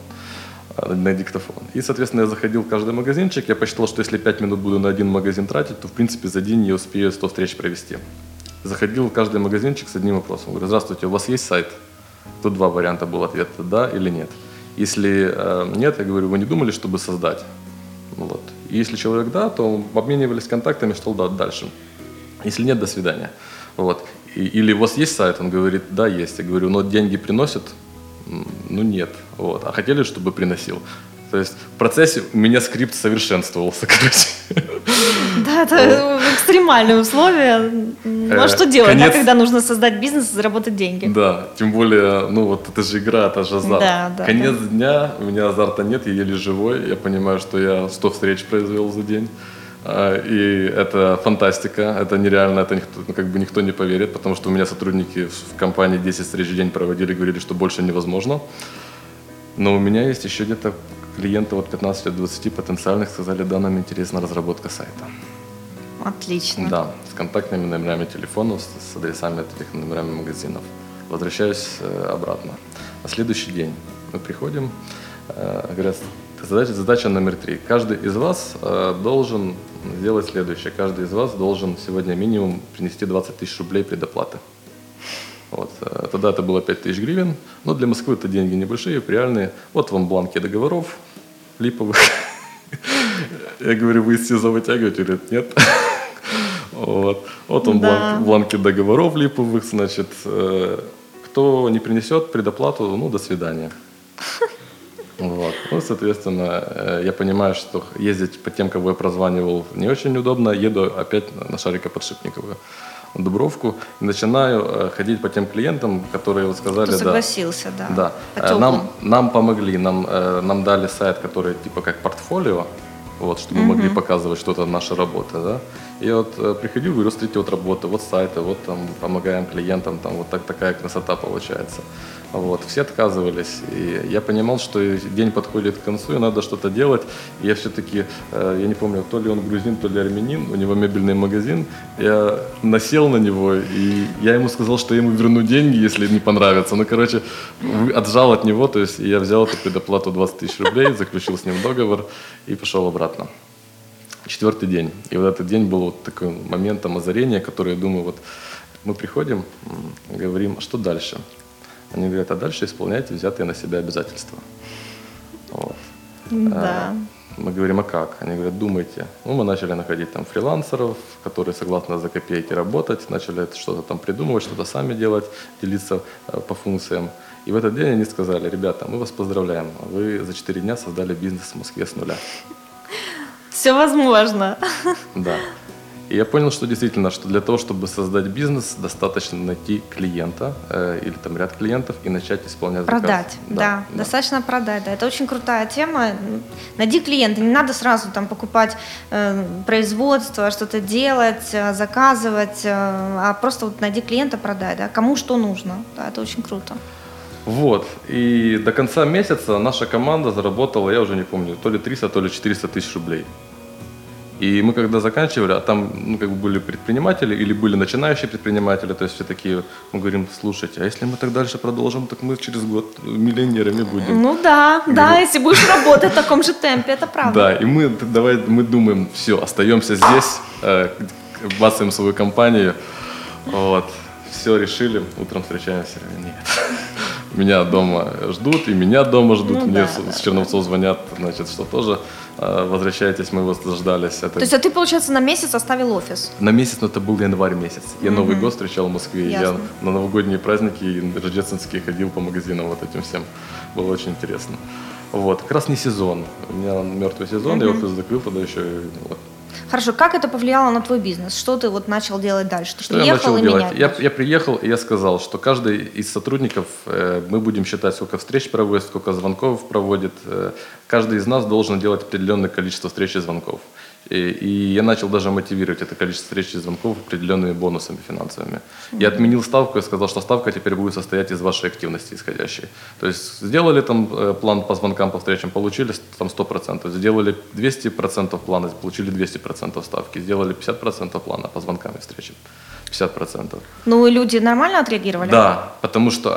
на диктофон. И, соответственно, я заходил в каждый магазинчик, я посчитал, что если 5 минут буду на один магазин тратить, то, в принципе, за день я успею 100 встреч провести. Заходил в каждый магазинчик с одним вопросом. Говорю, здравствуйте, у вас есть сайт? Тут 2 варианта был ответа, да или нет. Если нет, я говорю, вы не думали, чтобы создать? Вот. И если человек да, то обменивались контактами, что да, дальше. Если нет, до свидания. Вот. Или у вас есть сайт? Он говорит, да, есть. Я говорю, но деньги приносят? Ну, нет. Вот. А хотели, чтобы приносил? То есть в процессе у меня скрипт совершенствовался, короче. Да, это экстремальные условия. Ну, а что делать, да, когда нужно создать бизнес и заработать деньги? Да, тем более, ну вот это же игра, это же азарт. Да, конец дня, у меня азарта нет, я еле живой. Я понимаю, что я 100 встреч произвел за день. И это фантастика, это нереально, это никто не поверит, потому что у меня сотрудники в компании 10 встреч в день проводили, говорили, что больше невозможно. Но у меня есть еще где-то клиенты от 15-20 потенциальных сказали, да, нам интересна разработка сайта. Отлично. Да, с контактными номерами телефонов, с адресами этих номерами магазинов. Возвращаюсь обратно. На следующий день мы приходим, говорят, задача номер 3. Каждый из вас должен сделать следующее. Каждый из вас должен сегодня минимум принести 20 тысяч рублей предоплаты. Вот. Тогда это было 5 тысяч гривен, но для Москвы это деньги небольшие, реальные. Вот вам бланки договоров липовых. Я говорю, вы из СИЗО вытягиваете? Говорят, нет. Вот вам бланки договоров липовых, значит, кто не принесет предоплату, ну, до свидания. Вот. Ну, соответственно, я понимаю, что ездить по тем, кого я прозванивал, не очень удобно. Еду опять на Шарика Подшипникова, в Дубровку, и начинаю ходить по тем клиентам, которые вот сказали, кто согласился, да. Нам помогли, нам дали сайт, который типа как портфолио, вот, чтобы мы могли показывать что-то наша работа, да. И вот приходил, говорю, смотрите, вот работа, вот сайты, вот там помогаем клиентам, там вот такая красота получается. Вот, все отказывались, и я понимал, что день подходит к концу, и надо что-то делать. И я все-таки, я не помню, то ли он грузин, то ли армянин, у него мебельный магазин. Я насел на него, и я ему сказал, что я ему верну деньги, если не понравится. Ну, короче, отжал от него, то есть я взял эту предоплату 20 тысяч рублей, заключил с ним договор и пошел обратно. 4-й день. И вот этот день был вот таким моментом озарения, который, я думаю, вот мы приходим, говорим, а что дальше? Они говорят, а дальше исполняйте взятые на себя обязательства. Вот. Да. Мы говорим, а как? Они говорят, думайте. Ну, мы начали находить там фрилансеров, которые согласны за копейки работать, начали что-то там придумывать, что-то сами делать, делиться по функциям. И в этот день они сказали, ребята, мы вас поздравляем, вы за 4 дня создали бизнес в Москве с нуля. Все возможно. Да. И я понял, что действительно, что для того, чтобы создать бизнес, достаточно найти клиента или там ряд клиентов и начать исполнять заказ. Продать, да. Достаточно продать, да. Это очень крутая тема. Найди клиента, не надо сразу там покупать производство, что-то делать, заказывать, а просто вот найди клиента, продай, да, кому что нужно. Да, это очень круто. Вот. И до конца месяца наша команда заработала, я уже не помню, то ли 300, то ли 400 тысяч рублей. И мы когда заканчивали, а там были предприниматели или были начинающие предприниматели, то есть все такие, мы говорим, слушайте, а если мы так дальше продолжим, так мы через год миллионерами будем. Ну да, если будешь работать в таком же темпе, это правда. Да, и мы думаем, все, остаемся здесь, бацаем свою компанию, вот. все решили, утром встречаемся. Нет. Меня дома ждут, и меня дома ждут. Ну, Мне да, с Черновцов звонят, значит, что тоже возвращайтесь, мы вас дождались. То есть, а ты, получается, на месяц оставил офис? На месяц, но это был январь месяц. Я Новый год встречал в Москве, Ясно. я на новогодние праздники и рождественские ходил по магазинам вот этим всем. Было очень интересно. Вот, как раз не сезон. У меня мертвый сезон, я офис закрыл тогда еще. Вот. Хорошо, как это повлияло на твой бизнес? Что ты вот начал делать дальше? Ты Что я приехал начал и делать? менять? Я приехал, и я сказал, что каждый из сотрудников, мы будем считать, сколько встреч проводит, сколько звонков проводит. Каждый из нас должен делать определенное количество встреч и звонков. И я начал даже мотивировать это количество встреч и звонков определенными бонусами финансовыми. Я отменил ставку и сказал, что ставка теперь будет состоять из вашей активности исходящей. То есть сделали там план по звонкам, по встречам, получили там 100%. Сделали 200% плана, получили 200% ставки. Сделали 50% плана по звонкам и встречам. 50%. Ну и люди нормально отреагировали? Да, потому что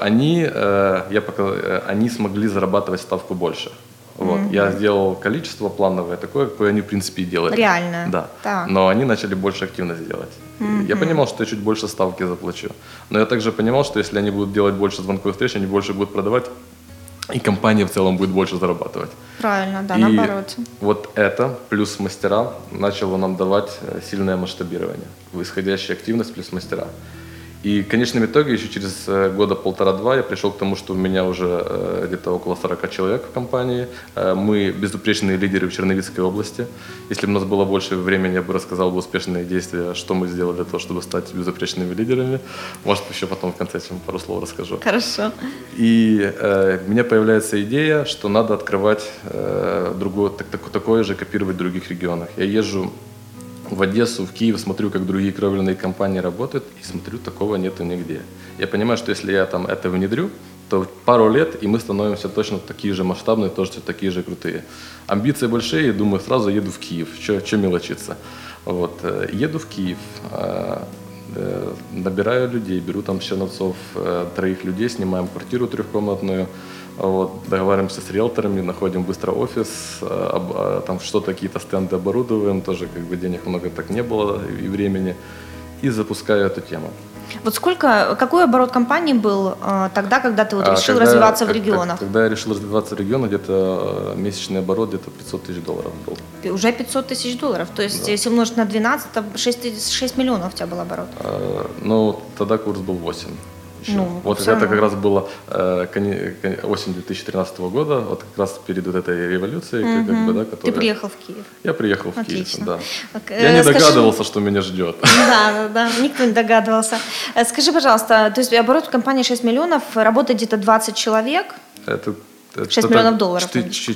они смогли зарабатывать ставку больше. Вот. Я сделал количество плановое такое, какое они в принципе и делали. Реально? Да. Так. Но они начали больше активность делать. Я понимал, что я чуть больше ставки заплачу. Но я также понимал, что если они будут делать больше звонковых встреч, они больше будут продавать, и компания в целом будет больше зарабатывать. Правильно, да, И наоборот. вот это плюс мастера начало нам давать сильное масштабирование. Исходящая активность плюс мастера. И в конечном итоге еще через года полтора-два я пришел к тому, что у меня уже где-то около 40 человек в компании. Мы безупречные лидеры в Черновицкой области. Если бы у нас было больше времени, я бы рассказал бы успешные действия, что мы сделали для того, чтобы стать безупречными лидерами. Может, еще потом в конце пару слов расскажу. Хорошо. И у меня появляется идея, что надо открывать такое же, копировать в других регионах. Я езжу в Одессу, в Киев, смотрю, как другие кровельные компании работают, и смотрю, такого нету нигде. Я понимаю, что если я там это внедрю, то пару лет, и мы становимся точно такие же масштабные, тоже такие же крутые. Амбиции большие, думаю, сразу еду в Киев, что мелочиться. Вот. Еду в Киев, набираю людей, беру там с Черновцов 3 людей, снимаем квартиру 3-комнатную, вот, договариваемся с риэлторами, находим быстро офис, там что-то, какие-то стенды оборудуем, тоже как бы денег много так не было и времени, и запускаю эту тему. Вот какой оборот компании был тогда, когда ты вот решил развиваться в регионах? Когда я решил развиваться в регионах, где-то месячный оборот где-то $500 000 был. Уже $500 000, то есть Да. если умножить на 12, то 6 миллионов у тебя был оборот. Ну, тогда курс был 8. Ну, вот всё это равно. как раз было осень 2013 года, вот как раз перед вот этой революцией, как бы, да, Ты которая... приехал в Киев. Я приехал в Киев, Отлично. да. Так, Я не скажи- догадывался, что меня ждет. Да, никто не догадывался. Скажи, пожалуйста, то есть оборот в компании 6 миллионов, работает где-то 20 человек, Это 6 миллионов долларов.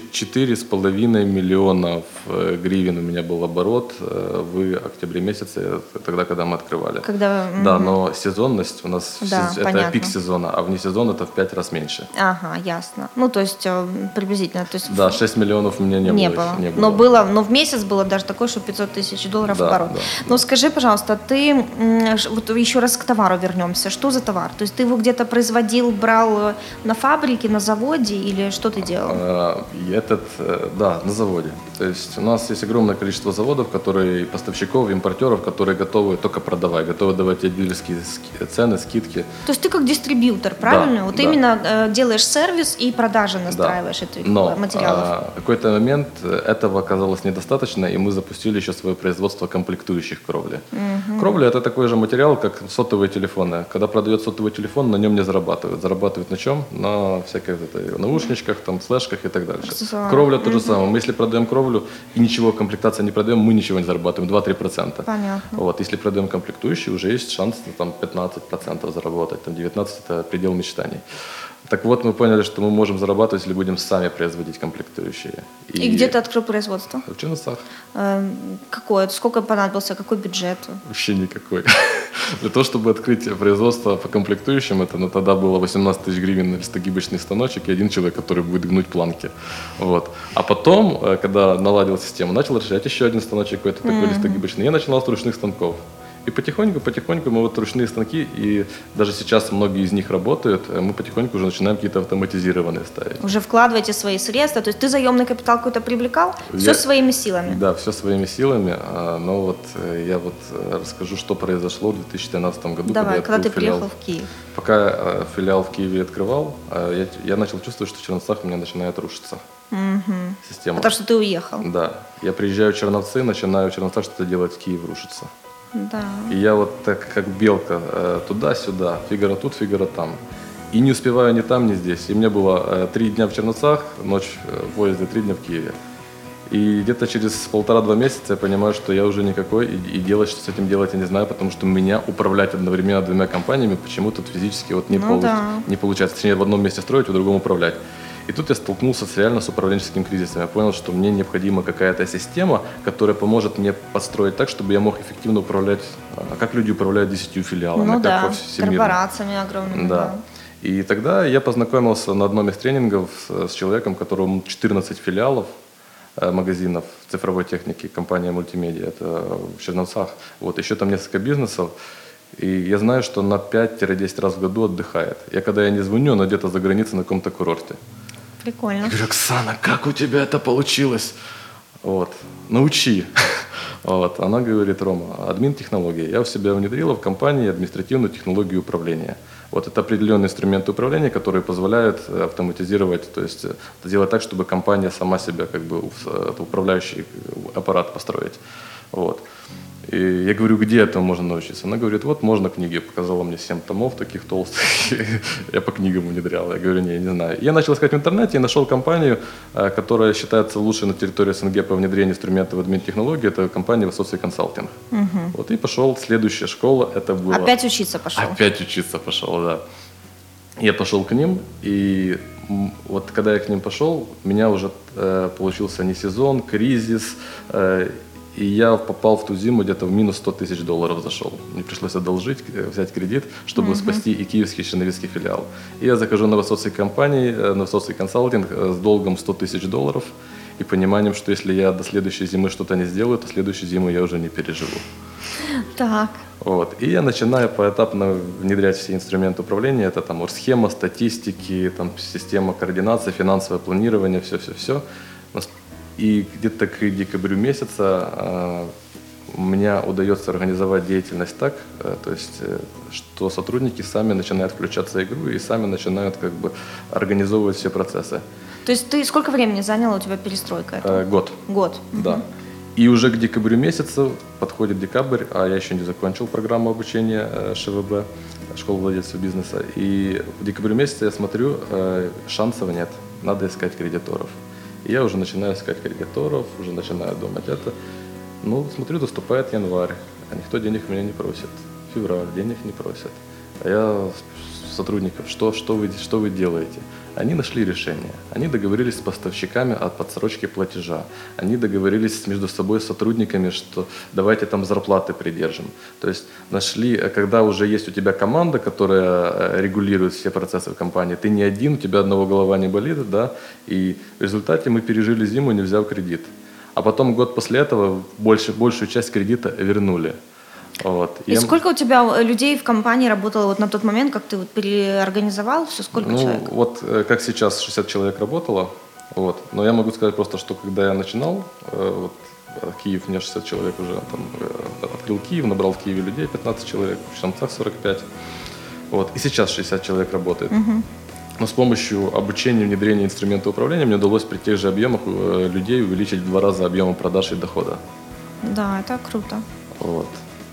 4,5 миллионов гривен у меня был оборот в октябре месяце, тогда, когда мы открывали. Да, но сезонность у нас, Да, это понятно. пик сезона, а вне сезона это в 5 раз меньше. Ага, ясно. Ну, то есть приблизительно. То есть Да, 6 миллионов у меня не было. Но в месяц было даже такое, что $500 000 Да, оборот. да, Но скажи, пожалуйста, ты, вот еще раз к товару вернемся. Что за товар? То есть ты его где-то производил, брал на фабрике, на заводе или что ты делал? Да, на заводе. То есть у нас есть огромное количество заводов, поставщиков, импортеров, которые готовы только продавать, готовы давать дилерские цены, скидки. То есть ты как дистрибьютор, правильно? Да, вот да. именно делаешь сервис и продажи настраиваешь этих материалов. Но в какой-то момент этого оказалось недостаточно, и мы запустили еще свое производство комплектующих кровли. Кровля – это такой же материал, как сотовые телефоны. Когда продает сотовый телефон, на нем не зарабатывают. Зарабатывают на чем? На всяких наушничках, там, флешках и так дальше. Аксессуары. Кровля – то же самое. Мы если продаем кровлю и ничего комплектации не продаем, мы ничего не зарабатываем, 2-3%. Понятно. Вот, если продаем комплектующие, уже есть шанс там, 15% заработать, там, 19% – это предел мечтаний. Так вот, мы поняли, что мы можем зарабатывать, если будем сами производить комплектующие. И где ты открыл производство? В Черновцах. Какое? Сколько понадобился? Какой бюджет? Вообще никакой. Для того, чтобы открыть производство по комплектующим, это тогда было 18 000 гривен на листогибочный станочек и один человек, который будет гнуть планки. Вот. А потом, когда наладил систему, начал расширять еще один станочек какой-то такой листогибочный. Я начинал с ручных станков. И потихоньку мы вот ручные станки, и даже сейчас многие из них работают, мы потихоньку уже начинаем какие-то автоматизированные ставить. Уже вкладываете свои средства, то есть ты заемный капитал какой-то привлекал? Все своими силами? Да, все своими силами, но вот я вот расскажу, что произошло в 2013 году. Давай, когда ты приехал в Киев. Пока филиал в Киеве открывал, я начал чувствовать, что в Черновцах у меня начинает рушиться система. Потому что ты уехал. Да, я приезжаю в Черновцы, начинаю в Черновцах что-то делать, в Киев рушится. Да. И я вот так, как белка, туда-сюда, фигура тут, фигура там. И не успеваю ни там, ни здесь. И мне было 3 дня в Черновцах, ночь в поезде, 3 дня в Киеве. И где-то через 1,5-2 месяца я понимаю, что я уже никакой, и делать, что с этим делать, я не знаю, потому что у меня управлять одновременно 2 компаниями почему-то физически вот не получается. Точнее, в одном месте строить, в другом управлять. И тут я столкнулся реально с управленческим кризисом. Я понял, что мне необходима какая-то система, которая поможет мне подстроить так, чтобы я мог эффективно управлять, как люди управляют 10 филиалами. Как корпорациями огромными. Да. И тогда я познакомился на одном из тренингов с человеком, у которого 14 филиалов, магазинов цифровой техники, компания «Мультимедиа», это в Черновцах. Вот, еще там несколько бизнесов. И я знаю, что на 5-10 раз в году отдыхает. Когда я не звоню, она где-то за границей на каком-то курорте. Прикольно. Я говорю: Оксана, как у тебя это получилось? Вот, научи. Вот, она говорит: Рома, админ технологии. Я в себя внедрила в компании административную технологию управления. Вот это определенные инструменты управления, которые позволяют автоматизировать, то есть сделать так, чтобы компания сама себя, как бы, управляющий аппарат построить. Вот. И я говорю: где этому можно научиться? Она говорит: вот можно книги. Показала мне 7 томов таких толстых. Я по книгам внедрял. Я говорю: не знаю. Я начал искать в интернете и нашел компанию, которая считается лучшей на территории СНГ по внедрению инструментов админ-технологий. Это компания Высоцкий консалтинг. Вот и пошел. Следующая школа это было... Опять учиться пошел? Опять учиться пошел, да. Я пошел к ним, и вот когда я к ним пошел, у меня уже получился не сезон, кризис, и я попал в ту зиму где-то в минус $100 000 зашел. Мне пришлось одолжить, взять кредит, чтобы спасти и киевский, и черновицкий филиал. И я захожу на Высоцкий компании, на Высоцкий консалтинг с долгом $100 000 и пониманием, что если я до следующей зимы что-то не сделаю, то следующую зиму я уже не переживу. Так. Вот. И я начинаю поэтапно внедрять все инструменты управления. Это там схема статистики, там, система координации, финансовое планирование, все-все-все. И где-то к декабрю месяца у меня удается организовать деятельность так, то есть, что сотрудники сами начинают включаться в игру и сами начинают, как бы, организовывать все процессы. То есть ты сколько времени заняла у тебя перестройка? Год. Год. Да. И уже к декабрю месяцу, подходит декабрь, а я еще не закончил программу обучения ШВБ, школа владельцев бизнеса. И в декабрю месяце я смотрю, шансов нет, надо искать кредиторов. И я уже начинаю искать кредиторов, уже начинаю думать это. Ну, смотрю, наступает январь, а никто денег меня не просит. Февраль, денег не просят. А я сотрудников: что вы делаете? Они нашли решение. Они договорились с поставщиками о подсрочке платежа. Они договорились между собой с сотрудниками, что давайте там зарплаты придержим. То есть нашли, когда уже есть у тебя команда, которая регулирует все процессы в компании, ты не один, у тебя одного голова не болит, да, и в результате мы пережили зиму, не взяв кредит. А потом год после этого большую часть кредита вернули. Вот. И сколько у тебя людей в компании работало вот на тот момент, как ты вот переорганизовал все, сколько человек? Вот как сейчас 60 человек работало, вот. Но я могу сказать просто, что когда я начинал, вот, Киев, у меня 60 человек уже, там, открыл Киев, набрал в Киеве людей, 15 человек, в Черновцах 45, вот. И сейчас 60 человек работает. Но с помощью обучения, внедрения инструмента управления мне удалось при тех же объемах людей увеличить в 2 раза объемы продаж и дохода. Да, это круто. Вот.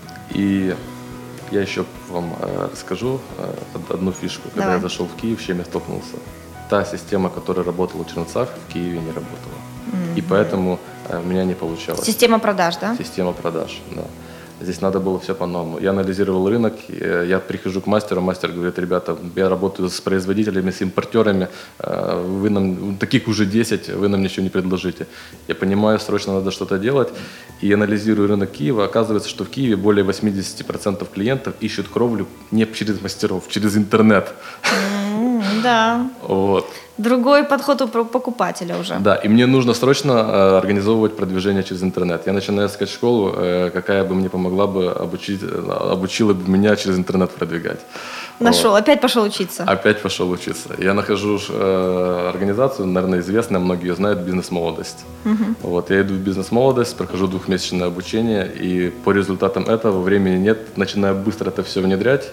И я еще вам расскажу одну фишку. Когда я зашел в Киев, с чем я столкнулся. Та система, которая работала в Черновцах, в Киеве не работала. И поэтому у меня не получалось. Система продаж, да? Система продаж, да. Здесь надо было все по-новому. Я анализировал рынок, я прихожу к мастеру, мастер говорит: ребята, я работаю с производителями, с импортерами, вы нам, таких уже 10, вы нам ничего не предложите. Я понимаю, срочно надо что-то делать, и анализирую рынок Киева. Оказывается, что в Киеве более 80% клиентов ищут кровлю не через мастеров, через интернет. Да. Вот. Другой подход у покупателя уже. Да, и мне нужно срочно организовывать продвижение через интернет. Я начинаю искать школу, какая бы мне помогла бы обучила бы меня через интернет продвигать. Нашел, вот. Опять пошел учиться. Опять пошел учиться. Я нахожу организацию, наверное, известная, многие ее знают, «Бизнес-молодость». Вот, я иду в «Бизнес-молодость», прохожу 2-месячное обучение, и по результатам этого времени нет, начинаю быстро это все внедрять.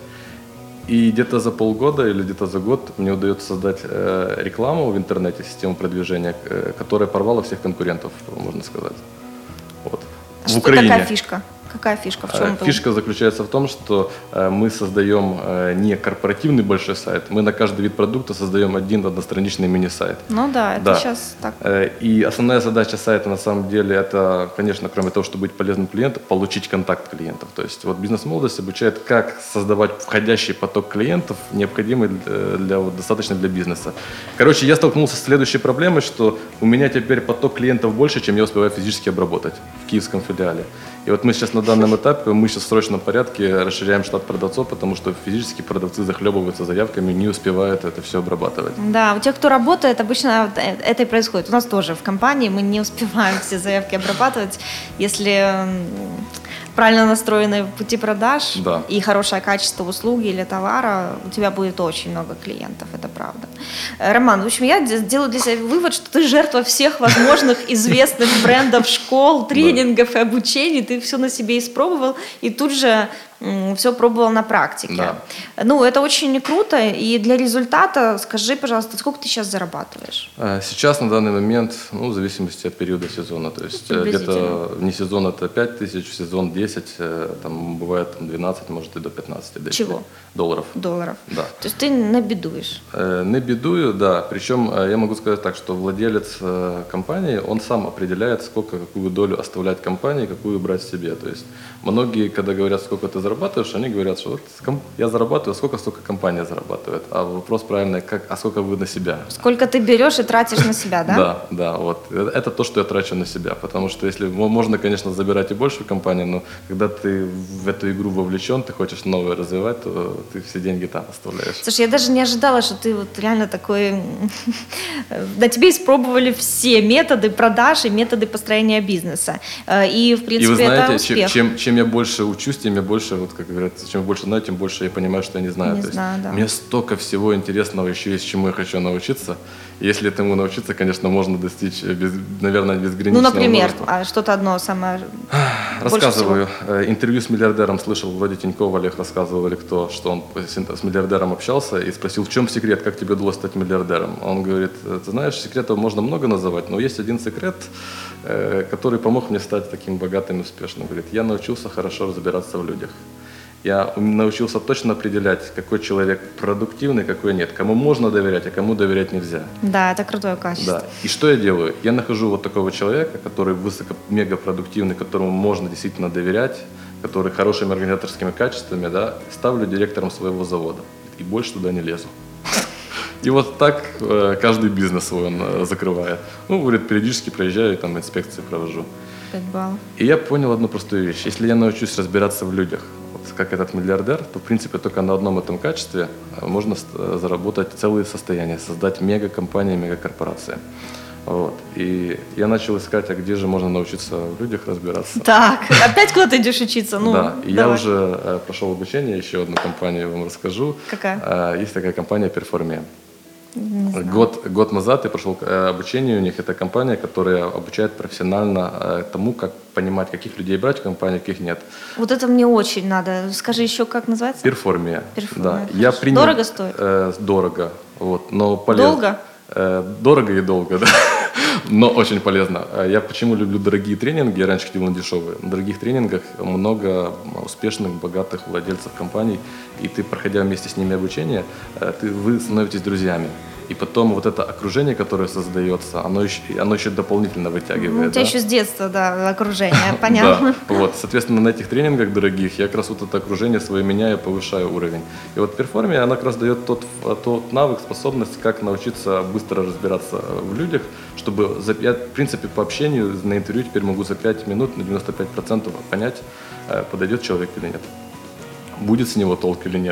И где-то за полгода или где-то за год мне удается создать рекламу в интернете, систему продвижения, которая порвала всех конкурентов, можно сказать. Вот. В Украине. Какая фишка? Какая фишка? В чем Фишка заключается в том, что мы создаем не корпоративный большой сайт, мы на каждый вид продукта создаем один одностраничный мини-сайт. Ну да, это сейчас так. И основная задача сайта на самом деле это, конечно, кроме того, чтобы быть полезным клиенту, получить контакт клиентов. То есть вот «Бизнес-молодость» обучает, как создавать входящий поток клиентов, необходимый достаточно для бизнеса. Короче, я столкнулся с следующей проблемой, что у меня теперь поток клиентов больше, чем я успеваю физически обработать в киевском филиале. И вот мы сейчас на данном этапе, мы сейчас в срочном порядке расширяем штат продавцов, потому что физически продавцы захлебываются заявками, не успевают это все обрабатывать. Да, у тех, кто работает, обычно это и происходит. У нас тоже в компании мы не успеваем все заявки обрабатывать, если правильно настроены пути продаж и хорошее качество услуги или товара, у тебя будет очень много клиентов, это правда. Роман, в общем, я делаю для себя вывод, что ты жертва всех возможных известных брендов, школ, тренингов и обучений, ты все на себе испробовал и тут же все пробовал на практике. Да. Ну, это очень круто, и для результата скажи, пожалуйста, сколько ты сейчас зарабатываешь? Сейчас на данный момент, в зависимости от периода сезона, то есть где-то вне сезона это 5 тысяч, в сезон 10, там бывает 12, может и до 15. Чего? Долларов. Долларов. Да. То есть ты не бедуешь? Не бедую, да. Причем я могу сказать так, что владелец компании, он сам определяет, сколько, какую долю оставлять компании, какую брать себе. То есть многие, когда говорят, сколько ты зарабатываешь, они говорят, что вот я зарабатываю, сколько компания зарабатывает. А вопрос правильный, а сколько вы на себя? Сколько ты берешь и тратишь на себя, да? Да, вот. Это то, что я трачу на себя. Потому что если можно, конечно, забирать и больше в компании, но когда ты в эту игру вовлечен, ты хочешь новое развивать, то ты все деньги там оставляешь. Слушай, я даже не ожидала, что ты вот реально такой... На тебе испробовали все методы продаж и методы построения бизнеса. И, в принципе, и вы знаете, это успех. Чем я больше учусь, тем я больше, вот как говорят, чем я больше знаю, тем больше я понимаю, что я не знаю. Да. Мне столько всего интересного еще есть, чему я хочу научиться. И если этому научиться, конечно, можно достичь, наверное, безграничного например, множества. Что-то одно самое... Рассказываю. Интервью с миллиардером слышал, Владимир Тиньков, Олег рассказывал, или кто, что он с миллиардером общался и спросил, в чем секрет, как тебе удалось стать миллиардером. Он говорит, ты знаешь, секретов можно много называть, но есть один секрет, который помог мне стать таким богатым и успешным. Говорит, я научился хорошо разбираться в людях. Я научился точно определять, какой человек продуктивный, какой нет, кому можно доверять, а кому доверять нельзя. Да, это крутое качество. Да. И что я делаю? Я нахожу вот такого человека, который мегапродуктивный, которому можно действительно доверять, который хорошими организаторскими качествами, да, ставлю директором своего завода и больше туда не лезу. И вот так каждый бизнес свой он закрывает. Говорит, периодически проезжаю и там инспекции провожу. 5 баллов. И я понял одну простую вещь. Если я научусь разбираться в людях, как этот миллиардер, то, в принципе, только на одном этом качестве можно заработать целые состояния, создать мегакомпании, мегакорпорации. Вот. И я начал искать, а где же можно научиться в людях разбираться. Так, опять куда ты идешь учиться? Да, и я уже прошел обучение, еще одну компанию вам расскажу. Какая? Есть такая компания Performia. Год назад я прошел обучение у них. Это компания, которая обучает профессионально тому, как понимать, каких людей брать в компанию, каких нет. Вот это мне очень надо. Скажи еще, как называется? Performia. Да. Дорого стоит? Дорого. Вот, но полезно. Долго? Дорого и долго, да. Но очень полезно. Я почему люблю дорогие тренинги? Я раньше ходил на дешевые. На дорогих тренингах много успешных, богатых владельцев компаний. И ты, проходя вместе с ними обучение, вы становитесь друзьями. И потом вот это окружение, которое создается, оно еще дополнительно вытягивает. У тебя еще с детства, да, окружение, понятно. Да, вот, соответственно, на этих тренингах дорогих я как раз вот это окружение свое меняю, повышаю уровень. И вот Performia, она как раз дает тот навык, способность, как научиться быстро разбираться в людях, чтобы, я, в принципе, по общению на интервью теперь могу за 5 минут на 95% понять, подойдет человек или нет. Будет с него толк или нет.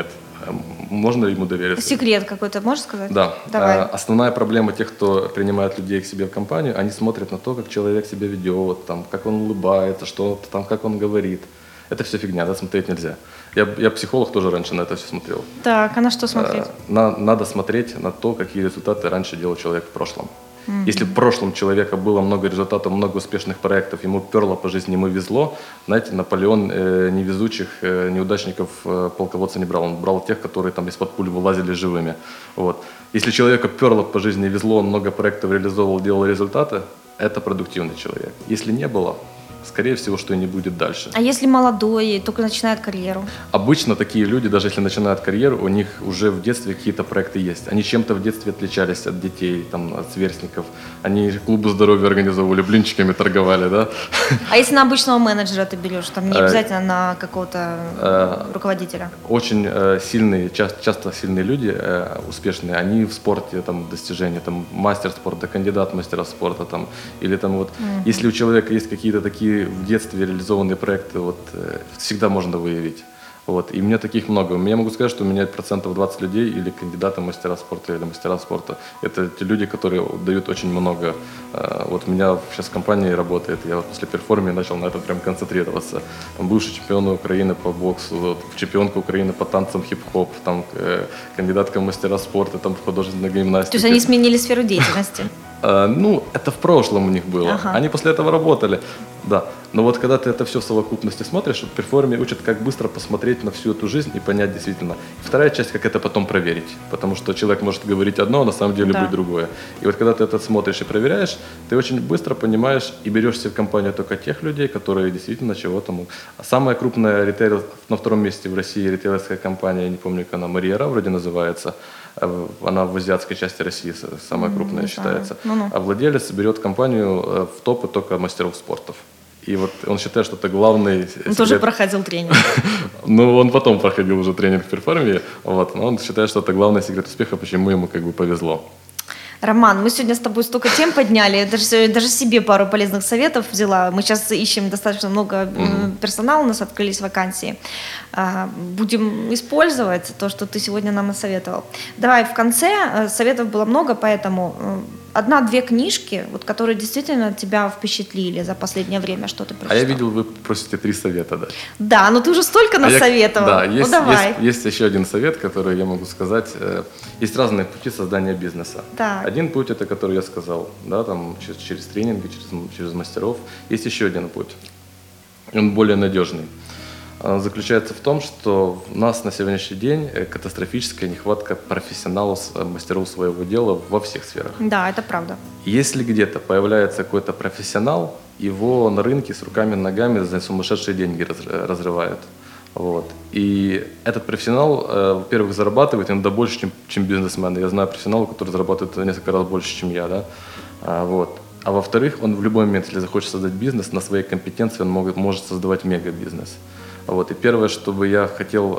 можно ему довериться. Секрет какой-то можешь сказать? Да. Давай. Основная проблема тех, кто принимает людей к себе в компанию, они смотрят на то, как человек себя ведет, там, как он улыбается, что там, как он говорит. Это все фигня, да, смотреть нельзя. Я психолог, тоже раньше на это все смотрел. Так, а на что смотреть? Надо смотреть на то, какие результаты раньше делал человек в прошлом. Если в прошлом у человека было много результатов, много успешных проектов, ему перло по жизни, ему везло, знаете, Наполеон невезучих, неудачников, полководца не брал, он брал тех, которые там из-под пуль вылазили живыми. Вот. Если человеку перло по жизни, везло, он много проектов реализовывал, делал результаты, это продуктивный человек. Если не было, скорее всего, что и не будет дальше. А если молодой, только начинает карьеру? Обычно такие люди, даже если начинают карьеру, у них уже в детстве какие-то проекты есть. Они чем-то в детстве отличались от детей, там, от сверстников. Они клубы здоровья организовывали, блинчиками торговали, да? А если на обычного менеджера ты берешь, там не обязательно на какого-то руководителя? Очень сильные, часто сильные люди, успешные, они в спорте, там, достижения, там, мастер спорта, кандидат мастера спорта, там, или там вот, если у человека есть какие-то такие в детстве реализованные проекты, вот, всегда можно выявить. Вот. И у меня таких много. Я могу сказать, что у меня 20% людей или кандидаты мастера спорта, или мастера спорта. Это те люди, которые дают очень много. Вот у меня сейчас в компании работает, я после перформи начал на этом прям концентрироваться. Там бывший чемпион Украины по боксу, вот, чемпионка Украины по танцам хип-хоп, там, кандидатка в мастера спорта, там, в художественной гимнастике. То есть они сменили сферу деятельности? Ну, это в прошлом у них было. Ага. Они после этого работали. Да. Но вот когда ты это все в совокупности смотришь, в перформе учат, как быстро посмотреть на всю эту жизнь и понять действительно. И вторая часть, как это потом проверить. Потому что человек может говорить одно, а на самом деле быть другое. И вот когда ты это смотришь и проверяешь, ты очень быстро понимаешь и берешь себе в компанию только тех людей, которые действительно чего-то могут. А самая крупная ритейл, на втором месте в России ритейлерская компания, я не помню, как она, Мария-Ра вроде называется. Она в азиатской части России самая крупная считается. А владелец берет компанию в топы только мастеров спортов. И вот он считает, что это главный... Он тоже проходил тренинг. Ну, он потом проходил уже тренинг в перформе. Вот, но он считает, что это главный секрет успеха, почему ему как бы повезло. Роман, мы сегодня с тобой столько тем подняли, я даже себе пару полезных советов взяла. Мы сейчас ищем достаточно много персонала, у нас открылись вакансии. Будем использовать то, что ты сегодня нам насоветовал. Давай в конце, советов было много, поэтому 1-2 книжки, вот, которые действительно тебя впечатлили за последнее время, что ты прочитал. А я видел, вы просите 3 совета дать. Да, но ты уже столько насоветовал. Да, давай. есть еще один совет, который я могу сказать. Есть разные пути создания бизнеса. Так. Один путь, это который я сказал, да, там, через тренинги, через мастеров. Есть еще один путь. Он более надежный. Заключается в том, что у нас на сегодняшний день катастрофическая нехватка профессионалов, мастеров своего дела во всех сферах. Да, это правда. Если где-то появляется какой-то профессионал, его на рынке с руками и ногами за сумасшедшие деньги разрывают. Вот. И этот профессионал, во-первых, зарабатывает иногда больше, чем бизнесмен. Я знаю профессионалов, которые зарабатывают несколько раз больше, чем я. Да? Вот. А во-вторых, он в любой момент, если захочет создать бизнес, на своей компетенции он может создавать мега-бизнес. Вот. И первое, что бы я хотел,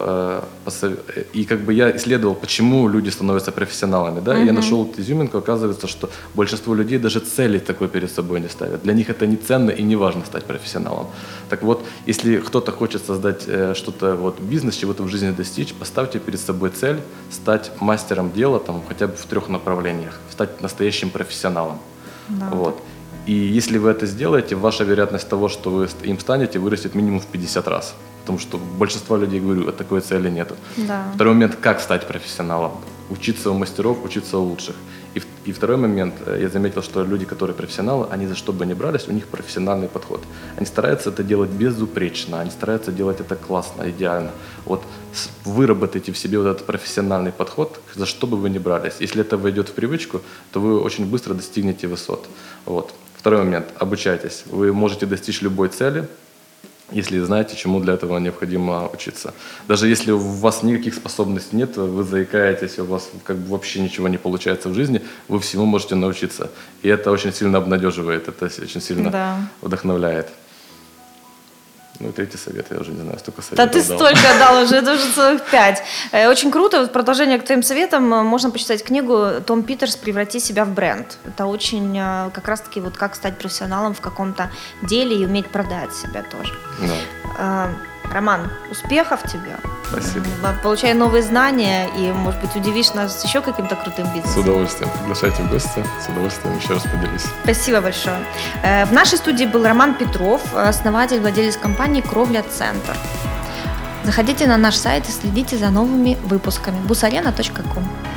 и как бы я исследовал, почему люди становятся профессионалами, да, и я нашел эту изюминку, оказывается, что большинство людей даже цели такой перед собой не ставят. Для них это не ценно и не важно стать профессионалом. Так вот, если кто-то хочет создать что-то, вот, бизнес, чего-то в жизни достичь, поставьте перед собой цель стать мастером дела там, хотя бы в 3 направлениях, стать настоящим профессионалом. Да. Вот. И если вы это сделаете, ваша вероятность того, что вы им станете, вырастет минимум в 50 раз. Потому что большинство людей, говорю, такой цели нет. Да. Второй момент, как стать профессионалом. Учиться у мастеров, учиться у лучших. И второй момент, я заметил, что люди, которые профессионалы, они за что бы ни брались, у них профессиональный подход. Они стараются это делать безупречно, они стараются делать это классно, идеально. Вот выработайте в себе вот этот профессиональный подход, за что бы вы ни брались. Если это войдет в привычку, то вы очень быстро достигнете высот. Вот. Второй момент, обучайтесь. Вы можете достичь любой цели, если знаете, чему для этого необходимо учиться. Даже если у вас никаких способностей нет, вы заикаетесь, у вас как бы вообще ничего не получается в жизни, вы всему можете научиться. И это очень сильно обнадеживает, это очень сильно вдохновляет. Ну и 3-й совет, я уже не знаю, столько советов дал. Да ты столько дал уже, это уже целых 5. Очень круто, в продолжение к твоим советам можно почитать книгу «Том Питерс. Преврати себя в бренд». Это очень как раз-таки вот как стать профессионалом в каком-то деле и уметь продать себя тоже. Да. Роман, успехов тебе. Спасибо. Получай новые знания и, может быть, удивишь нас еще каким-то крутым С бизнесом. удовольствием. Приглашайте в гости. С удовольствием еще раз поделюсь. Спасибо большое. В нашей студии был Роман Петров, основатель, владелец компании «Кровля-центр». Заходите на наш сайт и следите за новыми выпусками busarena.com.